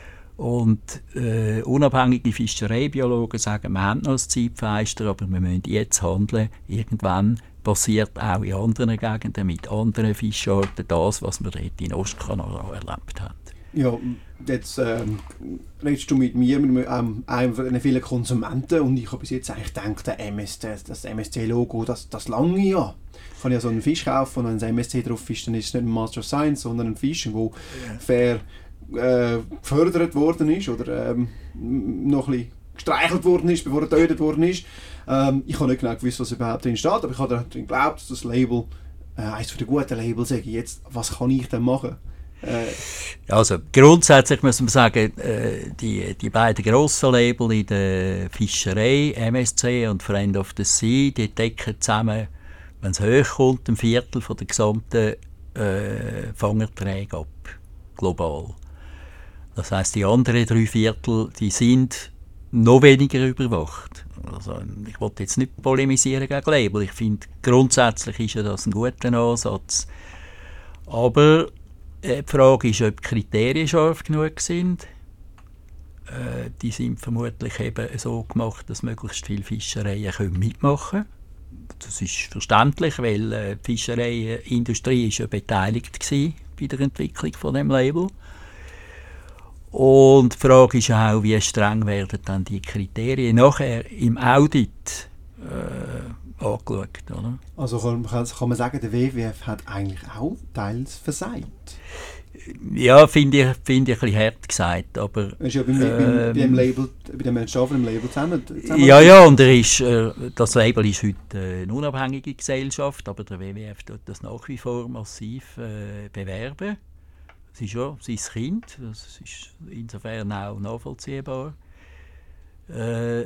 Und äh, unabhängige Fischereibiologen sagen, wir haben noch ein Zeitfenster, aber wir müssen jetzt handeln. Irgendwann passiert auch in anderen Gegenden mit anderen Fischarten das, was wir dort in Ostkanada erlebt haben. Ja, jetzt ähm, redest du mit mir, mit ähm, einem von den vielen Konsumenten, und ich habe bis jetzt eigentlich gedacht, der M S C, das M S C-Logo, das, das lange ja. Ich kann ja so einen Fisch kaufen und wenn ein M S C drauf ist, dann ist es nicht ein Master of Science, sondern ein Fisch, der ja. fair Äh, gefördert worden ist oder ähm, noch ein bisschen gestreichelt worden ist, bevor er getötet worden ist. Ähm, ich habe nicht genau gewusst, was überhaupt drin steht, aber ich habe daran geglaubt, dass das Label äh, eines der guten Labels sage. Jetzt, was kann ich denn machen? Äh, also grundsätzlich muss man sagen, äh, die, die beiden grossen Label in der Fischerei, M S C und Friend of the Sea, die decken zusammen, wenn es hochkommt, ein Viertel von der gesamten äh, Fangerträge ab, global. Das heisst, die anderen drei Viertel, die sind noch weniger überwacht. Also, ich wollte jetzt nicht polemisieren gegen Label. Ich finde, grundsätzlich ist ja das ein guter Ansatz. Aber äh, die Frage ist, ob die Kriterien scharf genug sind. Äh, die sind vermutlich eben so gemacht, dass möglichst viele Fischereien können mitmachen können. Das ist verständlich, weil äh, die Fischereiindustrie ist ja beteiligt war bei der Entwicklung von dem Label. Und die Frage ist auch, wie streng werden dann die Kriterien nachher im Audit äh, angeschaut. Oder? Also kann, kann man sagen, der W W F hat eigentlich auch teils versagt? Ja, finde ich, find ich ein bisschen hart gesagt. Aber, er ist ja beim, ähm, bei dem Label, bei dem Entstehen von dem Label zusammen, zusammen Ja, ja, und er ist, äh, das Label ist heute äh, eine unabhängige Gesellschaft, aber der W W F tut das nach wie vor massiv äh, bewerben. Es ist ja sein Kind, das ist insofern auch nachvollziehbar. Äh,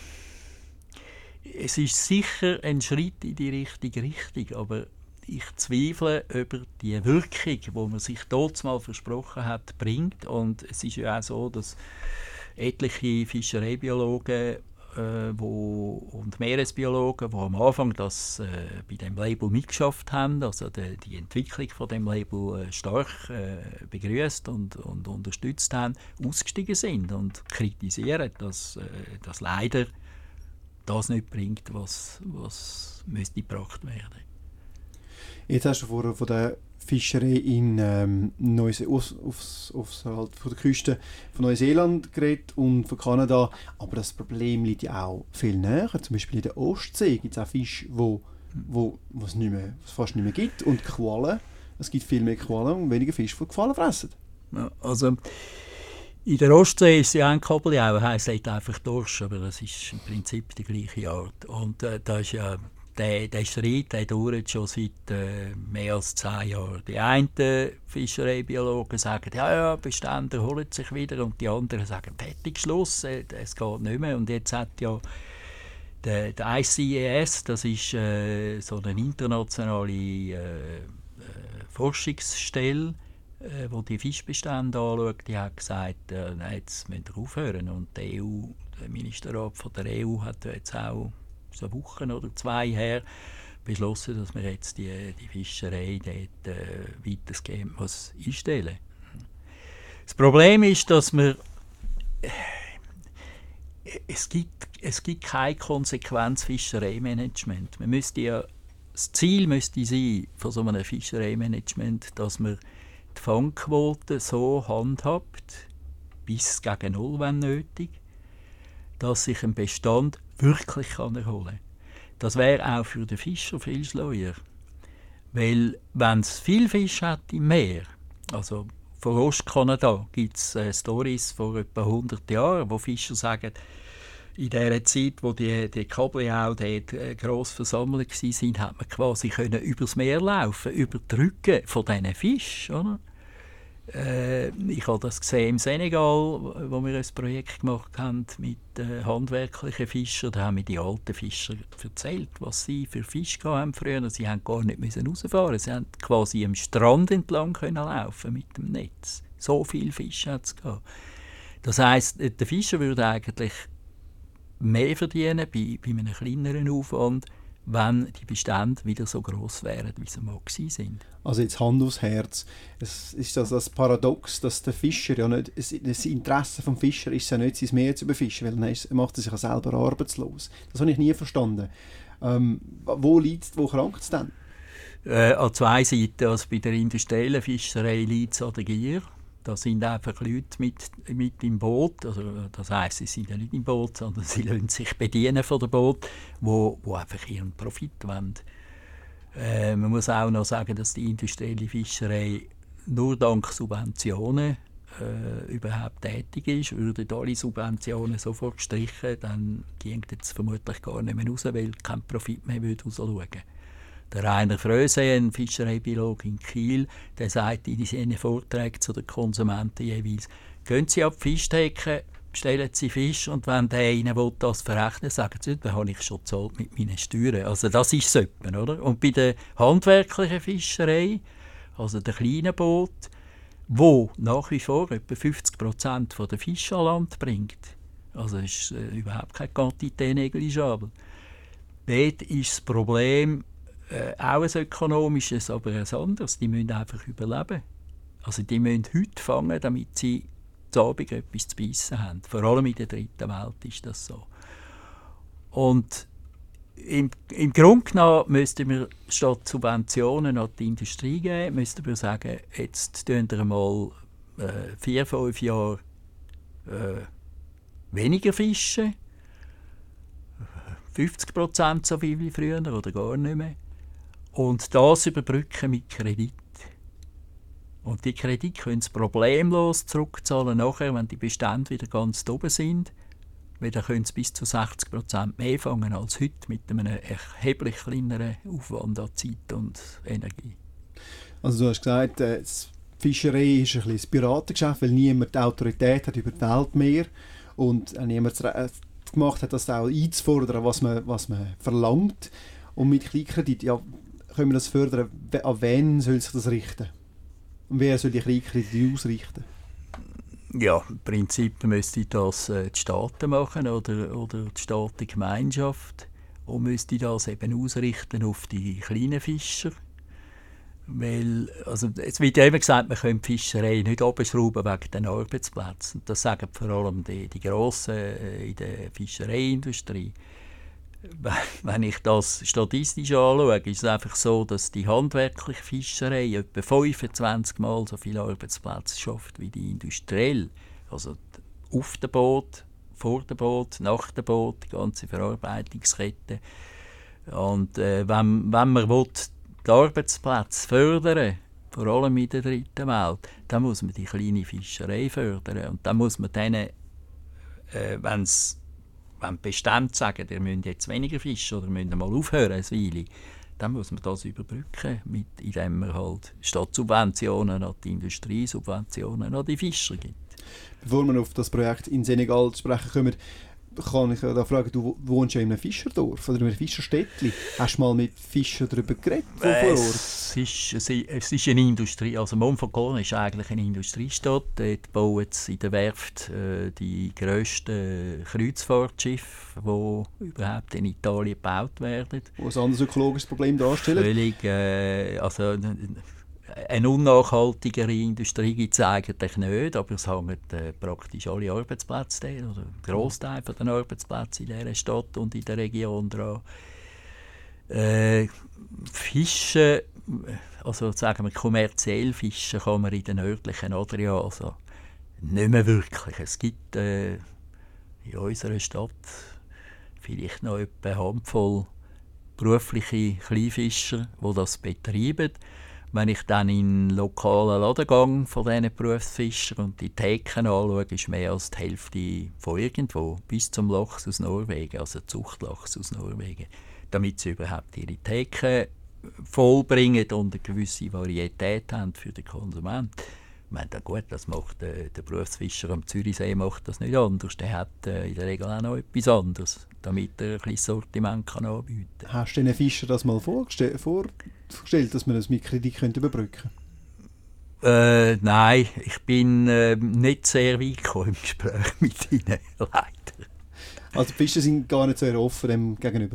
es ist sicher ein Schritt in die richtige Richtung, aber ich zweifle, ob er die Wirkung, die man sich dort mal versprochen hat, bringt. Und es ist ja auch so, dass etliche Fischereibiologen äh, wo, und Meeresbiologen, die am Anfang das äh, bei dem Label mitgeschafft haben, also die, die Entwicklung von dem Label äh, stark äh, begrüßt und, und unterstützt haben, ausgestiegen sind und kritisieren, dass äh, das leider das nicht bringt, was, was müsste gebracht werden. Jetzt hast du vorher von der Fischerei in ähm, Neuse- aufs, aufs, aufs, halt von der Küste von Neuseeland geredet und von Kanada, aber das Problem liegt ja auch viel näher. Zum Beispiel in der Ostsee gibt es auch Fische, wo, wo, wo es nicht mehr, was fast nicht mehr gibt, und Quallen. Es gibt viel mehr Quallen und weniger Fische, die Quallen fressen. Ja, also in der Ostsee ist ja ein Kabeljau, heisst einfach Dorsch, aber das ist im Prinzip die gleiche Art. Und äh, da ist ja Der, der Streit der dauert schon seit äh, mehr als zehn Jahren. Die einen Fischereibiologen sagen, ja, ja, Bestände erholen sich wieder, und die anderen sagen, fertig, Schluss, äh, es geht nicht mehr. Und jetzt hat ja der, der I C E S, das ist äh, so eine internationale äh, äh, Forschungsstelle, äh, wo die Fischbestände anschaut, die hat gesagt, äh, nein, jetzt müssen wir aufhören. Und der E U, der Ministerrat von der E U hat jetzt auch so Wochen oder zwei her beschlossen, dass wir jetzt die, die Fischerei dort äh, weitestgehend muss einstellen. Das Problem ist, dass wir äh, es gibt es gibt kein konsequentes Fischereimanagement. Man müsste ja, das Ziel müsste sein von so einem Fischereimanagement, dass man die Fangquote so handhabt, bis gegen null, wenn nötig, dass sich ein Bestand wirklich kann erholen kann. Das wäre auch für den Fischer viel schleuer. Weil, wenn es viel Fisch hat im Meer, also von Ostkanada gibt es äh, Storys vor etwa hundert Jahren, wo Fischer sagen, in der Zeit, wo die, die Kabeljau dort äh, gross versammelt waren, hat man quasi können übers Meer laufen, über die Rücken von diesen Fischen. Oder? Äh, ich habe das gesehen im Senegal, wo wir ein Projekt gemacht haben mit äh, handwerklichen Fischern. Da haben mir die alten Fischer erzählt, was sie für Fische haben früher. Sie haben gar nicht müssen rausfahren. Sie haben quasi am Strand entlang können laufen mit dem Netz. So viele Fische hat es gehabt. Das heisst, der Fischer würde eigentlich mehr verdienen bei, bei einem kleineren Aufwand, wenn die Bestände wieder so gross wären, wie sie mal waren. Also jetzt Hand aufs Herz. Es ist das, das Paradox, dass der Fischer ja nicht, das Interesse des Fischer ist ja nicht, sein Meer zu befischen, weil dann ist, macht er sich ja selber arbeitslos. Das habe ich nie verstanden. Ähm, wo liegt es, wo krankt es denn? Äh, an zwei Seiten. Also bei der industriellen Fischerei liegt es an der Gier. Da sind einfach Leute mit, mit im Boot, also das heisst, sie sind ja nicht im Boot, sondern sie lassen sich bedienen von dem Boot, wo, wo einfach ihren Profit wollen. Äh, man muss auch noch sagen, dass die industrielle Fischerei nur dank Subventionen äh, überhaupt tätig ist. Würden alle Subventionen sofort gestrichen, dann ging es vermutlich gar nicht mehr raus, weil kein Profit mehr rausschauen würde. Der Rainer Fröse, ein Fischereibiologe in Kiel, der sagt in seinen Vorträgen zu den Konsumenten jeweils, gehen Sie ab die Fischtheke, bestellen Sie Fisch, und wenn der Ihnen das verrechnen will, sagen Sie, dann habe ich schon gezahlt mit meinen Steuern. Also das ist es etwa, oder? Und bei der handwerklichen Fischerei, also der kleinen Boot, wo nach wie vor etwa fünfzig Prozent der Fische an Land bringt. Also ist äh, überhaupt keine Quantität negligible. Dort ist das Problem äh, auch ein ökonomisches, aber ein anderes. Die müssen einfach überleben. Also die müssen heute fangen, damit sie zu Abend etwas zu beißen haben. Vor allem in der dritten Welt ist das so. Und im, im Grunde genommen müssten wir statt Subventionen an die Industrie geben, müssten wir sagen, jetzt tun wir mal äh, vier, fünf Jahre äh, weniger fischen, fünfzig Prozent so viel wie früher oder gar nicht mehr, und das überbrücken mit Kredit. Und die Kredite können sie problemlos zurückzahlen nachher, wenn die Bestände wieder ganz oben sind. Weil dann können sie bis zu sechzig Prozent mehr fangen als heute mit einem erheblich kleineren Aufwand an Zeit und Energie. Also du hast gesagt, äh, die Fischerei ist ein bisschen das Piratengeschäft, weil niemand die Autorität hat über die Weltmeer und äh, niemand äh, gemacht hat, das auch einzufordern, was man, was man verlangt. Und mit Kleinkredit, ja, können wir das fördern? An wen soll sich das richten? Und wer soll die Kleinkredite ausrichten? Ja, im Prinzip müsste das äh, die Staaten machen oder, oder die Staatengemeinschaft und müsste das eben ausrichten auf die kleinen Fischer. Weil, also, es wird ja immer gesagt, man könnte die Fischerei nicht runterschrauben wegen den Arbeitsplätzen. Das sagen vor allem die, die Grossen äh, in der Fischereiindustrie. Wenn ich das statistisch anschaue, ist es einfach so, dass die handwerkliche Fischerei etwa fünfundzwanzig Mal so viele Arbeitsplätze schafft wie die industriell. Also auf dem Boot, vor dem Boot, nach dem Boot, die ganze Verarbeitungskette. Und äh, wenn, wenn man will, die Arbeitsplätze fördern, vor allem in der dritten Welt, dann muss man die kleine Fischerei fördern. Und dann muss man denen, äh, wenn's wenn die Bestände sagen, ihr müsst jetzt weniger fischen oder müsst mal aufhören, eine Weile, dann muss man das überbrücken, mit, indem man halt statt Subventionen an die Industrie Subventionen an die Fischer gibt. Bevor wir auf das Projekt in Senegal zu sprechen kommen, kann ich da fragen, du wohnst ja in einem Fischerdorf oder in einem Fischerstädtli. Hast du mal mit Fischern darüber geredet von vor Ort? Es ist, es ist eine Industrie. Also Monfalcone ist eigentlich eine Industriestadt. Dort bauen sie in der Werft äh, die grössten Kreuzfahrtschiffe, die überhaupt in Italien gebaut werden. Wo ein anderes ökologisches Problem darstellen? Völlig, äh, also eine unnachhaltigere Industrie gibt es eigentlich nicht, aber es hängen äh, praktisch alle Arbeitsplätze dran, oder ein Grossteil von den Arbeitsplätzen in dieser Stadt und in der Region dran. Äh, Fischen, also sagen wir kommerziell fischen, kann man in den nördlichen Adria also nicht mehr wirklich. Es gibt äh, in unserer Stadt vielleicht noch etwa eine Handvoll berufliche Kleinfischer, die das betreiben. Wenn ich dann in den lokalen Laden gehe von diesen Berufsfischern und die Theken anschaue, ist mehr als die Hälfte von irgendwo bis zum Lachs aus Norwegen, also Zuchtlachs aus Norwegen, damit sie überhaupt ihre Theken vollbringen und eine gewisse Varietät haben für den Konsumenten. Ich meine, gut, das macht äh, der Berufsfischer am Zürichsee macht das nicht anders. Der hat äh, in der Regel auch noch etwas anderes, damit er ein kleines Sortiment kann anbieten kann. Hast du den Fischer das mal vorgestellt, vorgestellt, dass man das mit Kredit könnte überbrücken könnte? Äh, nein, ich bin äh, nicht sehr weit gekommen im Gespräch mit ihnen, leider. Also die Fischer sind gar nicht so offen dem gegenüber?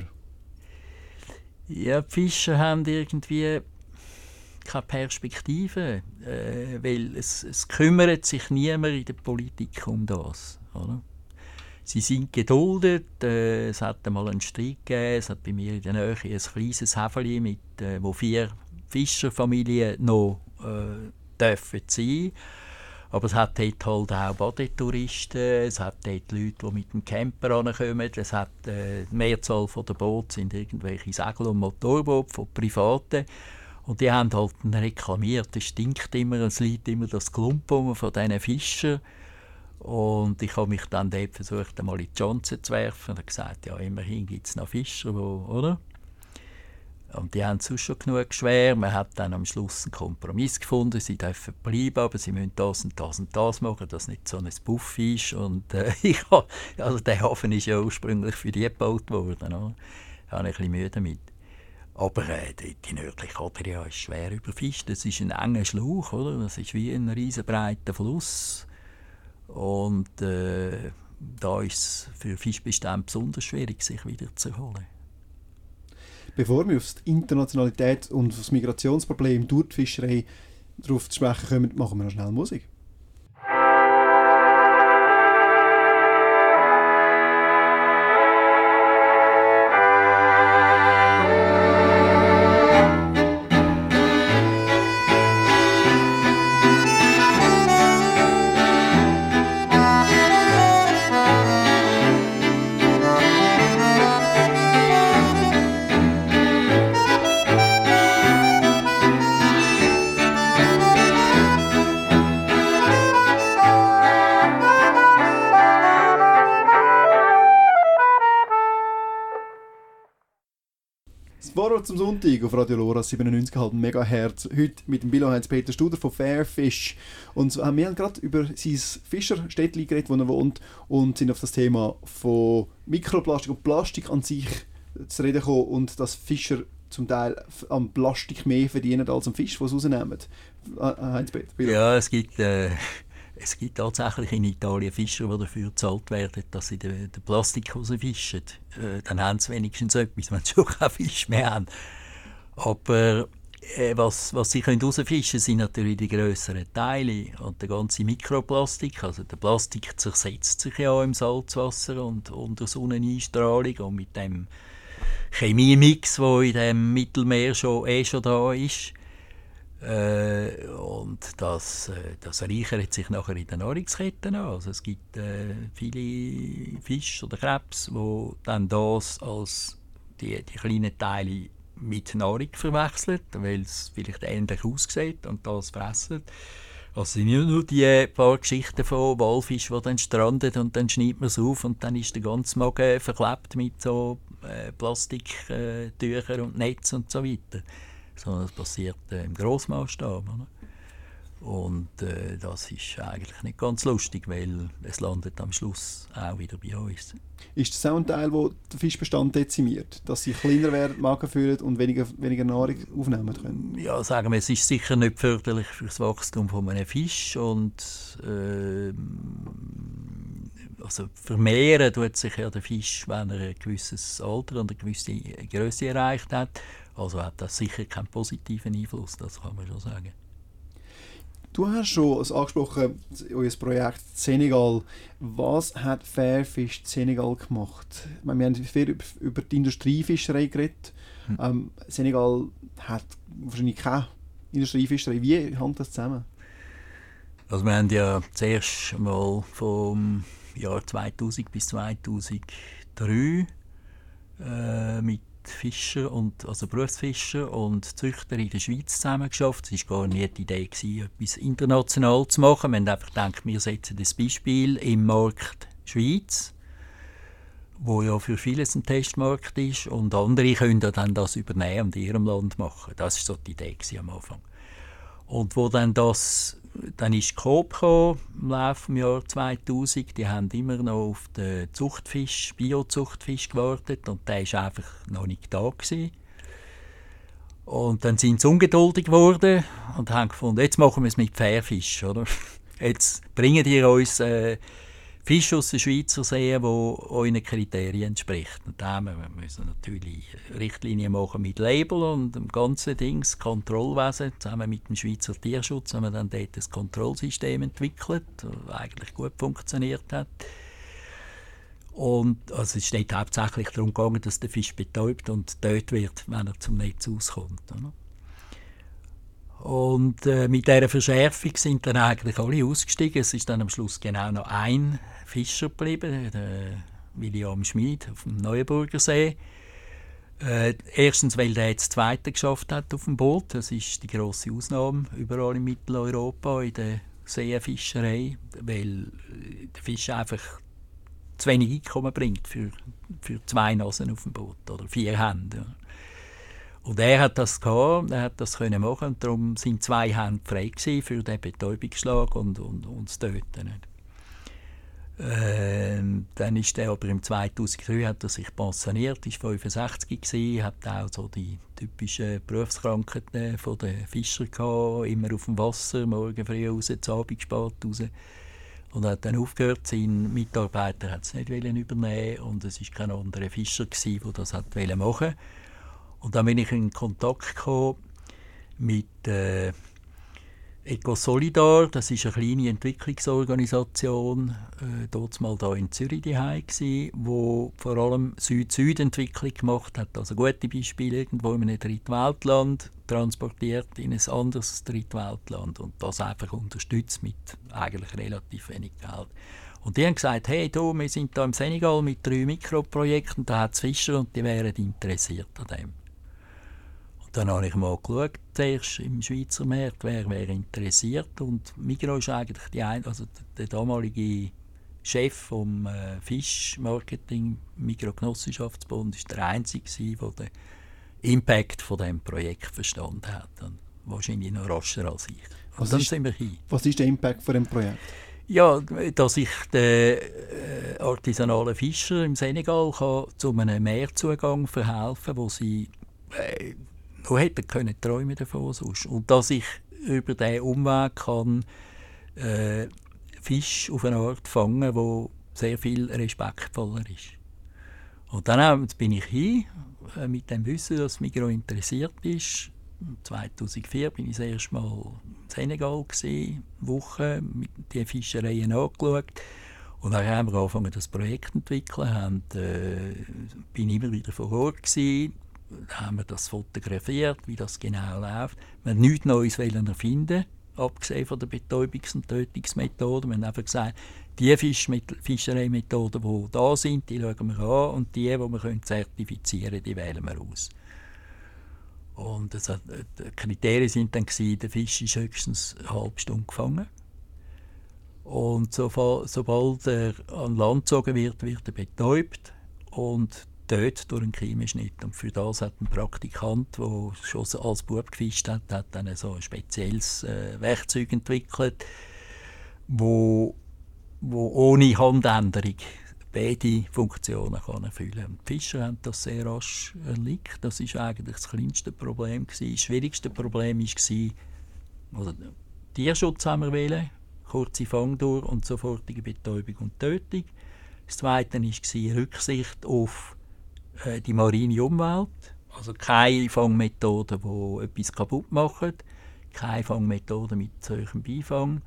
Ja, die Fischer haben irgendwie keine Perspektive, äh, weil es, es kümmert sich niemand in der Politik um das. Oder? Sie sind geduldet, äh, es hat einmal einen Streit gegeben, es hat bei mir in der Nähe ein kleines Häfeli, mit, äh, wo vier Fischerfamilien noch äh, dürfen sein. Aber es hat dort halt auch Badetouristen, es hat dort Leute, die mit dem Camper ankommen, es hat äh, die Mehrzahl der Boote sind irgendwelche Segel- und Motorboote von Privaten. Und die haben halt reklamiert, es stinkt immer, es liegt immer das Klumpen von diesen Fischern. Und ich habe mich dann dort versucht, einmal in die Chance zu werfen und habe gesagt, ja, immerhin gibt es noch Fischer, wo, oder? Und die haben sonst schon genug schwer. Man hat dann am Schluss einen Kompromiss gefunden, sie dürfen bleiben, aber sie müssen das und das und das machen, dass nicht so ein Buffet ist. Und äh, ich habe, also der Hafen ist ja ursprünglich für die gebaut worden, oder? Da habe ich ein bisschen Mühe damit. Aber äh, die, die nördliche Adria ist schwer überfischt. Das ist ein enger Schlauch, oder? Das ist wie ein riesenbreiter Fluss. Und äh, da ist es für Fischbestände besonders schwierig, sich wieder zu erholen. Bevor wir auf die Internationalität und auf das Migrationsproblem durch die Fischerei darauf zu sprechen kommen, machen wir noch schnell Musik. Vorwärts zum Sonntag auf Radio Lora siebenundneunzig Komma fünf Megahertz. Heute mit dem Bilo Heinz-Peter Studer von Fairfish. Und wir haben gerade über sein Fischerstädtchen geredet, wo er wohnt, und sind auf das Thema von Mikroplastik und Plastik an sich zu reden gekommen und dass Fischer zum Teil am Plastik mehr verdienen als am Fisch, den sie rausnehmen. Heinz-Peter, ja, es gibt... Äh Es gibt tatsächlich in Italien Fischer, die dafür bezahlt werden, dass sie den, den Plastik rausfischen. Äh, dann haben sie wenigstens etwas, wenn sie schon keinen Fisch mehr haben. Aber äh, was, was sie rausfischen können, sind natürlich die grösseren Teile. Und der ganze Mikroplastik, also der Plastik zersetzt sich ja im Salzwasser und unter Sonneneinstrahlung. Und mit dem Chemiemix, der in dem Mittelmeer schon, eh schon da ist, Äh, und das, äh, das reichert sich nachher in den Nahrungsketten an. Also es gibt äh, viele Fische oder Krebs, die dann das als die, die kleinen Teile mit Nahrung verwechseln, weil es vielleicht ähnlich aussieht und das fressen. Also nicht nur die paar Geschichten von Walfischen, die dann stranden und dann schneidet man es auf und dann ist der ganze Magen verklebt mit so äh, Plastiktüchern und Netz und so weiter. Sondern das passiert äh, im Grossmaßstab. Oder? Und äh, das ist eigentlich nicht ganz lustig, weil es landet am Schluss auch wieder bei uns. Ist das auch ein Teil, wo der Fischbestand dezimiert? Dass sie kleiner werden, Magen fühlen und weniger, weniger Nahrung aufnehmen können? Ja, sagen wir, es ist sicher nicht förderlich für das Wachstum von einem Fisch. Und, äh, also vermehren tut sich ja der Fisch, wenn er ein gewisses Alter und eine gewisse Größe erreicht hat. Also hat das sicher keinen positiven Einfluss, das kann man schon sagen. Du hast schon also angesprochen, euer Projekt Senegal. Was hat Fairfish Senegal gemacht? Ich meine, wir haben viel über, über die Industriefischerei geredet. Hm. Ähm, Senegal hat wahrscheinlich keine Industriefischerei. Wie hängt das zusammen? Also wir haben ja zuerst mal vom Jahr zweitausend bis zweitausenddrei äh, mit Fischer und, also Berufsfischer und Züchter in der Schweiz zusammen geschafft. Es war gar nicht die Idee, etwas international zu machen. Wir haben einfach gedacht, wir setzen das Beispiel im Markt Schweiz, wo ja für vieles ein Testmarkt ist, und andere können dann das übernehmen und in ihrem Land machen. Das war so die Idee am Anfang. Und wo dann das, dann ist Coop gekommen, im Laufe des Jahres zweitausend. Die haben immer noch auf den Zuchtfisch, Biozuchtfisch gewartet und der war einfach noch nicht da gewesen. Und dann sind sie ungeduldig geworden und haben gefunden, jetzt machen wir es mit Fairfisch, oder? Jetzt bringen die uns äh, Fisch aus den Schweizer Seen, der euren Kriterien entspricht. Und da müssen wir natürlich Richtlinien machen mit Label und dem ganzen Dings, Kontrollwesen. Zusammen mit dem Schweizer Tierschutz haben wir dann dort ein Kontrollsystem entwickelt, das eigentlich gut funktioniert hat. Und also es ist hauptsächlich darum gegangen, dass der Fisch betäubt und tot wird, wenn er zum Netz auskommt. Oder? Und äh, mit dieser Verschärfung sind dann eigentlich alle ausgestiegen. Es ist dann am Schluss genau noch ein Fischer geblieben, der William Schmid auf dem Neuenburger See. Äh, erstens, weil der jetzt Zweite geschafft hat auf dem Boot. Das ist die grosse Ausnahme überall in Mitteleuropa in der Seefischerei, weil der Fisch einfach zu wenig Einkommen bringt für, für zwei Nasen auf dem Boot oder vier Hände. Ja. Und er hat das gehabt, er hat das können machen, und darum sind zwei Hände frei gewesen für den Betäubungsschlag und, und, und das Töten. Ähm, dann ist er aber im zweitausenddrei hat er sich pensioniert, ist fünfundsechzig gsi, hat auch so die typischen Berufskrankheiten von den Fischern gehabt, immer auf dem Wasser, morgen früh raus, zu Abend spät raus. Und hat dann aufgehört, sein Mitarbeiter hat es nicht übernehmen und es war kein anderer Fischer gsi, der das hat machen wollte. Und dann bin ich in Kontakt gekommen mit äh, Ecosolidar, das ist eine kleine Entwicklungsorganisation, äh, dort mal da in Zürich daheim gsi, wo vor allem Süd-Süd-Entwicklung gemacht hat, also gute Beispiele irgendwo in einem Drittweltland transportiert in ein anderes Drittweltland und das einfach unterstützt mit eigentlich relativ wenig Geld. Und die haben gesagt, hey, du, wir sind da im Senegal mit drei Mikroprojekten, da hat es Fischer und die wären interessiert an dem. Dann habe ich mal geschaut, zuerst im Schweizer Markt, wer wäre interessiert. Und Migros ist eigentlich die ein, also der damalige Chef vom äh, Fischmarketing, Migros Genossenschaftsbund, ist der Einzige, der den Impact von diesem Projekt verstanden hat. Und wahrscheinlich noch rascher als ich. Und was dann ist, sind wir hin. Was ist der Impact von dem Projekt? Ja, dass ich den äh, artisanalen Fischer im Senegal kann, zu einem Meerzugang verhelfen kann, wo sie äh, noch hätten können träumen davon sonst. Und dass ich über diesen Umweg kann, äh, Fisch auf eine Art fangen, wo sehr viel respektvoller ist. Und dann äh, bin ich hin, äh, mit dem Wissen, dass Migros interessiert ist. zweitausendvier bin ich das erste Mal in Senegal gewesen, eine Woche mit den Fischereien angeschaut. Und dann haben wir angefangen, das Projekt zu entwickeln. Haben, äh, bin immer wieder vor Ort gewesen. Dann haben wir das fotografiert, wie das genau läuft. Wir wollten nichts Neues erfinden, abgesehen von der Betäubungs- und Tötungsmethoden. Wir haben einfach gesagt, die Fischereimethoden, die da sind, die schauen wir an und die, die wir zertifizieren können, die wählen wir aus. Und das, die Kriterien waren dann gewesen, der Fisch ist höchstens eine halbe Stunde gefangen. Und so, sobald er an Land gezogen wird, wird er betäubt und dort durch einen Kiemenschnitt. Und für das hat ein Praktikant, der schon als Bub gefischt hat, hat dann so ein spezielles äh, Werkzeug entwickelt, wo, wo ohne Handänderung beide Funktionen kann erfüllen kann. Die Fischer haben das sehr rasch erledigt. Das war eigentlich das kleinste Problem. Das schwierigste Problem war, also Tierschutz haben wir wählen, kurze Fangdauer und sofortige Betäubung und Tötung. Das Zweite war Rücksicht auf die marine Umwelt, also keine Fangmethoden, die etwas kaputt machen, keine Fangmethoden mit solchem Beifang.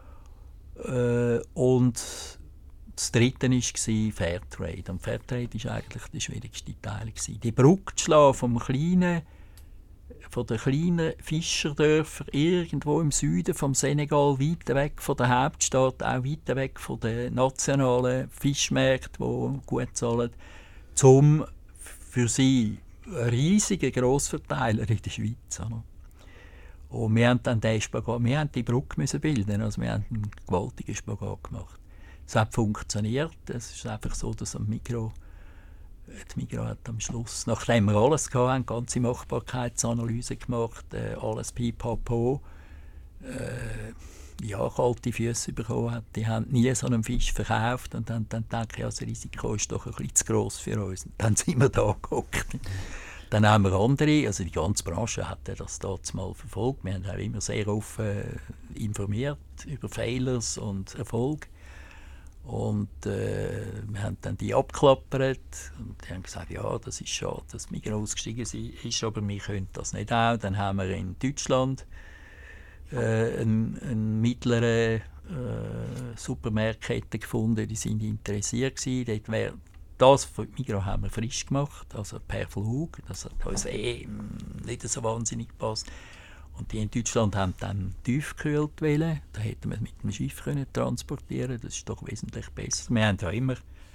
Äh, und das Dritte war Fairtrade. Und Fairtrade war eigentlich der schwierigste Teil. Die Brücke zu schlagen vom kleinen, von den kleinen Fischerdörfern irgendwo im Süden vom Senegal, weit weg von der Hauptstadt, auch weit weg von den nationalen Fischmärkten, die gut zahlen, zum für sie ein riesiger Grossverteiler in der Schweiz. Oder? Und wir haben dann den Spagat, wir haben die Brücke müssen bilden, also wir haben einen gewaltigen Spagat gemacht. Es hat funktioniert, es ist einfach so, dass am Migros, die Migros hat am Schluss, nachdem wir alles hatten, eine ganze Machbarkeitsanalyse gemacht, äh, alles pipapo, äh, ja, kalte Füße bekommen hat. Die haben nie so einen Fisch verkauft und dann, dann dachte ich, ja, das Risiko ist doch ein bisschen zu gross für uns. Und dann sind wir da gehockt. Dann haben wir andere, also die ganze Branche hat das damals mal verfolgt. Wir haben auch immer sehr offen äh, informiert über Failures und Erfolg. Und äh, wir haben dann die abgeklappert und die haben gesagt, ja, das ist schade, dass Migros ausgestiegen ist, aber wir können das nicht auch. Dann haben wir in Deutschland Äh, eine ein mittlere äh, Supermarktkette gefunden, die sind interessiert gewesen. Dort wär, das für Migros haben wir frisch gemacht, also per Flug. Das hat uns eh nicht so wahnsinnig gepasst. Und die in Deutschland haben dann tiefgekühlt wollen. Da hätten wir mit dem Schiff können transportieren. Das ist doch wesentlich besser. Wir haben ja immer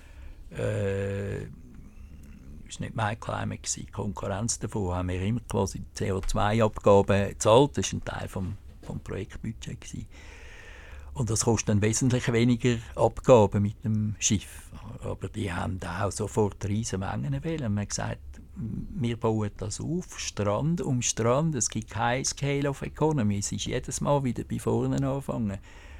äh, es war nicht mein Climate, die Konkurrenz davon, haben wir immer quasi C O zwei Abgaben gezahlt. Das war ein Teil vom vom Projektbudget gewesen. Und das kostet dann wesentlich weniger Abgaben mit dem Schiff. Aber die haben auch sofort riesige Mengen gewählt. Wir haben gesagt, wir bauen das auf, Strand um Strand. Es gibt kein Scale of Economy. Es ist jedes Mal wieder bei vorne anfangen.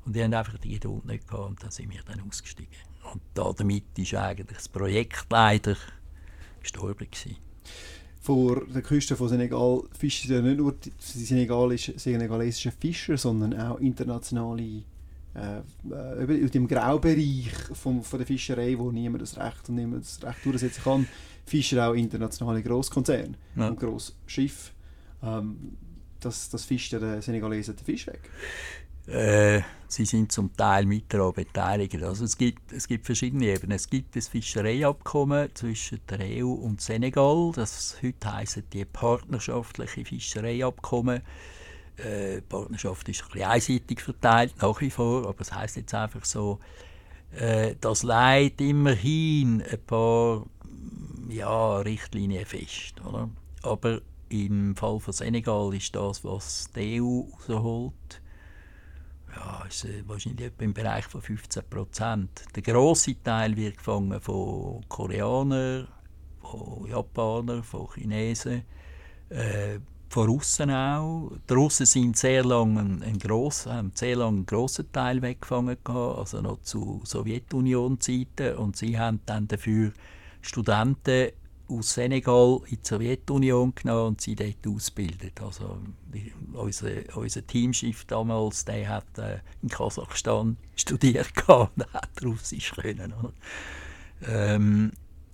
Und die haben einfach die Geduld nicht gehabt und dann sind wir dann ausgestiegen. Und da damit ist eigentlich das Projekt leider gestorben gewesen. Vor der Küste von Senegal fischen ja nicht nur die senegalesischen Fischer, sondern auch internationale äh, äh, in dem Graubereich von, von der Fischerei, wo niemand das Recht und niemand das Recht durchsetzen kann, fischen auch internationale Grosskonzerne ja. und Grossschiffe. Ähm, das, das fischt ja der Senegalesen den Fisch weg. Äh, sie sind zum Teil mit daran beteiligt. Also es gibt, es gibt verschiedene Ebenen. Es gibt das Fischereiabkommen zwischen der E U und Senegal. Das heute heisst die partnerschaftliche Fischereiabkommen. Äh, die Partnerschaft ist ein bisschen einseitig verteilt, nach wie vor, aber es heisst jetzt einfach so, äh, das legt immerhin ein paar ja, Richtlinien fest. Oder? Aber im Fall von Senegal ist das, was die E U rausholt, ja, ist äh, wahrscheinlich etwa im Bereich von fünfzehn Prozent. Der grosse Teil wird gefangen von Koreanern, von Japanern, von Chinesen, äh, von Russen auch. Die Russen sind sehr lange ein, ein gross, haben sehr lange einen grossen Teil weggefangen gehabt, also noch zu Sowjetunion-Zeiten, und sie haben dann dafür Studenten aus Senegal in die Sowjetunion genommen und sie dort ausgebildet. Also unser, unser Teamschiff damals, der hat äh, in Kasachstan studiert und hat Russisch können. Oder? Ähm,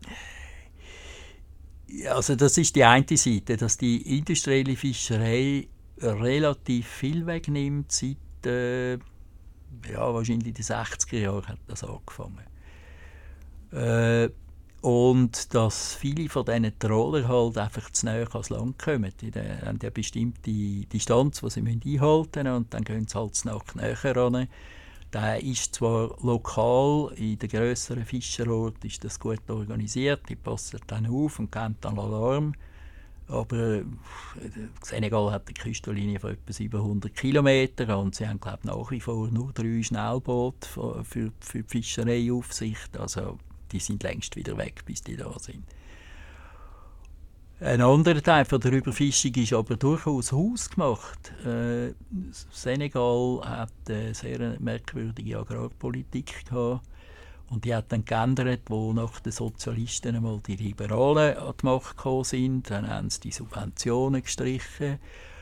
also das ist die eine Seite, dass die industrielle Fischerei relativ viel wegnimmt. Seit äh, ja, wahrscheinlich den sechziger Jahren hat das angefangen. Äh, Und dass viele von diesen Trollern halt einfach zu nahe ans Land kommen. Die haben ja eine bestimmte Distanz, die sie einhalten müssen, und dann gehen sie halt zu näher ran. Der ist zwar lokal, in den grösseren Fischerorten ist das gut organisiert, die passen dann auf und geben dann Alarm. Aber Senegal hat eine Küstenlinie von etwa siebenhundert Kilometern und sie haben, glaube ich, nach wie vor nur drei Schnellboote für, für, für die Fischereiaufsicht. Also, die sind längst wieder weg, bis die da sind. Ein anderer Teil von der Überfischung ist aber durchaus hausgemacht. Äh, Senegal hat eine sehr merkwürdige Agrarpolitik gehabt. Und die hat dann geändert, wo nach den Sozialisten einmal die Liberalen an die Macht gekommen sind. Dann haben sie die Subventionen gestrichen.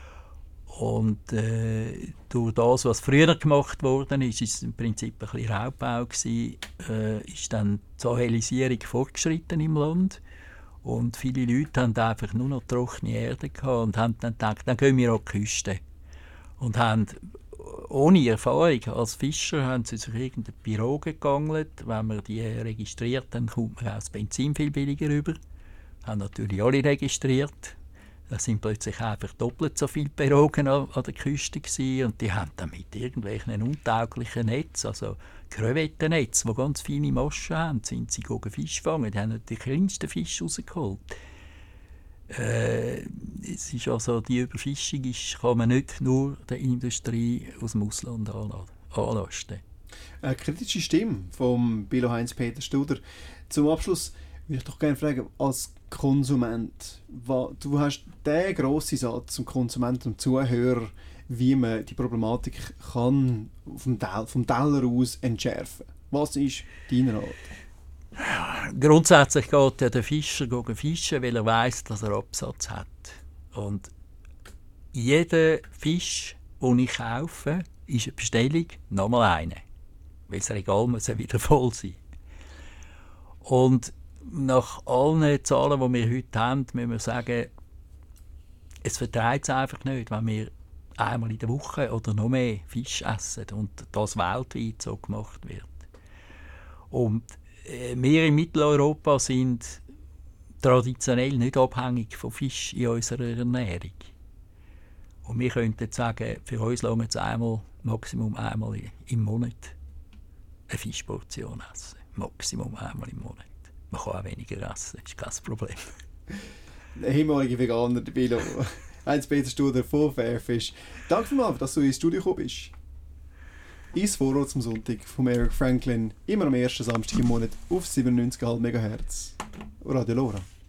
Und äh, durch das, was früher gemacht worden ist, ist es im Prinzip ein bisschen Raubbau gewesen, äh, ist dann die Sahelisierung fortgeschritten im Land. Und viele Leute haben einfach nur noch trockene Erde gehabt und haben dann gedacht, dann gehen wir an die Küste. Und haben ohne Erfahrung als Fischer haben sie sich irgendeine Piroge gegangelt. Wenn man die registriert, dann kommt man auch das Benzin viel billiger rüber. Haben natürlich alle registriert. Es sind plötzlich einfach doppelt so viele Pirogen an, an der Küste gewesen, und die haben dann mit irgendwelchen untauglichen Netzen, also Krevettennetz, die ganz feine Maschen haben, sind sie gegangen Fisch fangen. Die haben die kleinsten Fische rausgeholt. Äh, es ist also, die Überfischung ist, kann man nicht nur der Industrie aus dem Ausland anlasten. Eine kritische Stimme vom Bilo Heinz-Peter Studer. Zum Abschluss würde ich doch gerne fragen, als Konsument, du hast den grossen Satz zum Konsumenten und Zuhörer, wie man die Problematik kann vom, Tel- vom Teller aus entschärfen. Was ist dein Rat? Grundsätzlich geht ja der Fischer fischen, weil er weiss, dass er Absatz hat. Und jeder Fisch, den ich kaufe, ist eine Bestellung, nochmal eine. Weil das Regal muss ja wieder voll sein. Und nach allen Zahlen, die wir heute haben, müssen wir sagen, es verträgt es einfach nicht, wenn wir einmal in der Woche oder noch mehr Fisch essen und das weltweit so gemacht wird. Und äh, wir in Mitteleuropa sind traditionell nicht abhängig von Fisch in unserer Ernährung. Und wir könnten sagen, für uns lange es einmal, Maximum einmal im Monat eine Fischportion essen. Maximum einmal im Monat. Man kann auch weniger essen, das ist kein Problem. Der ehemalige Veganer, der Bilo Heinz-Peter Studer von Fairfish. Danke vielmals, dass du ins Studio gekommen bist. Ins Vorwort zum Sonntag von Eric Franklin, immer am ersten Samstag im Monat auf siebenundneunzig Komma fünf Megahertz. Radio Lora.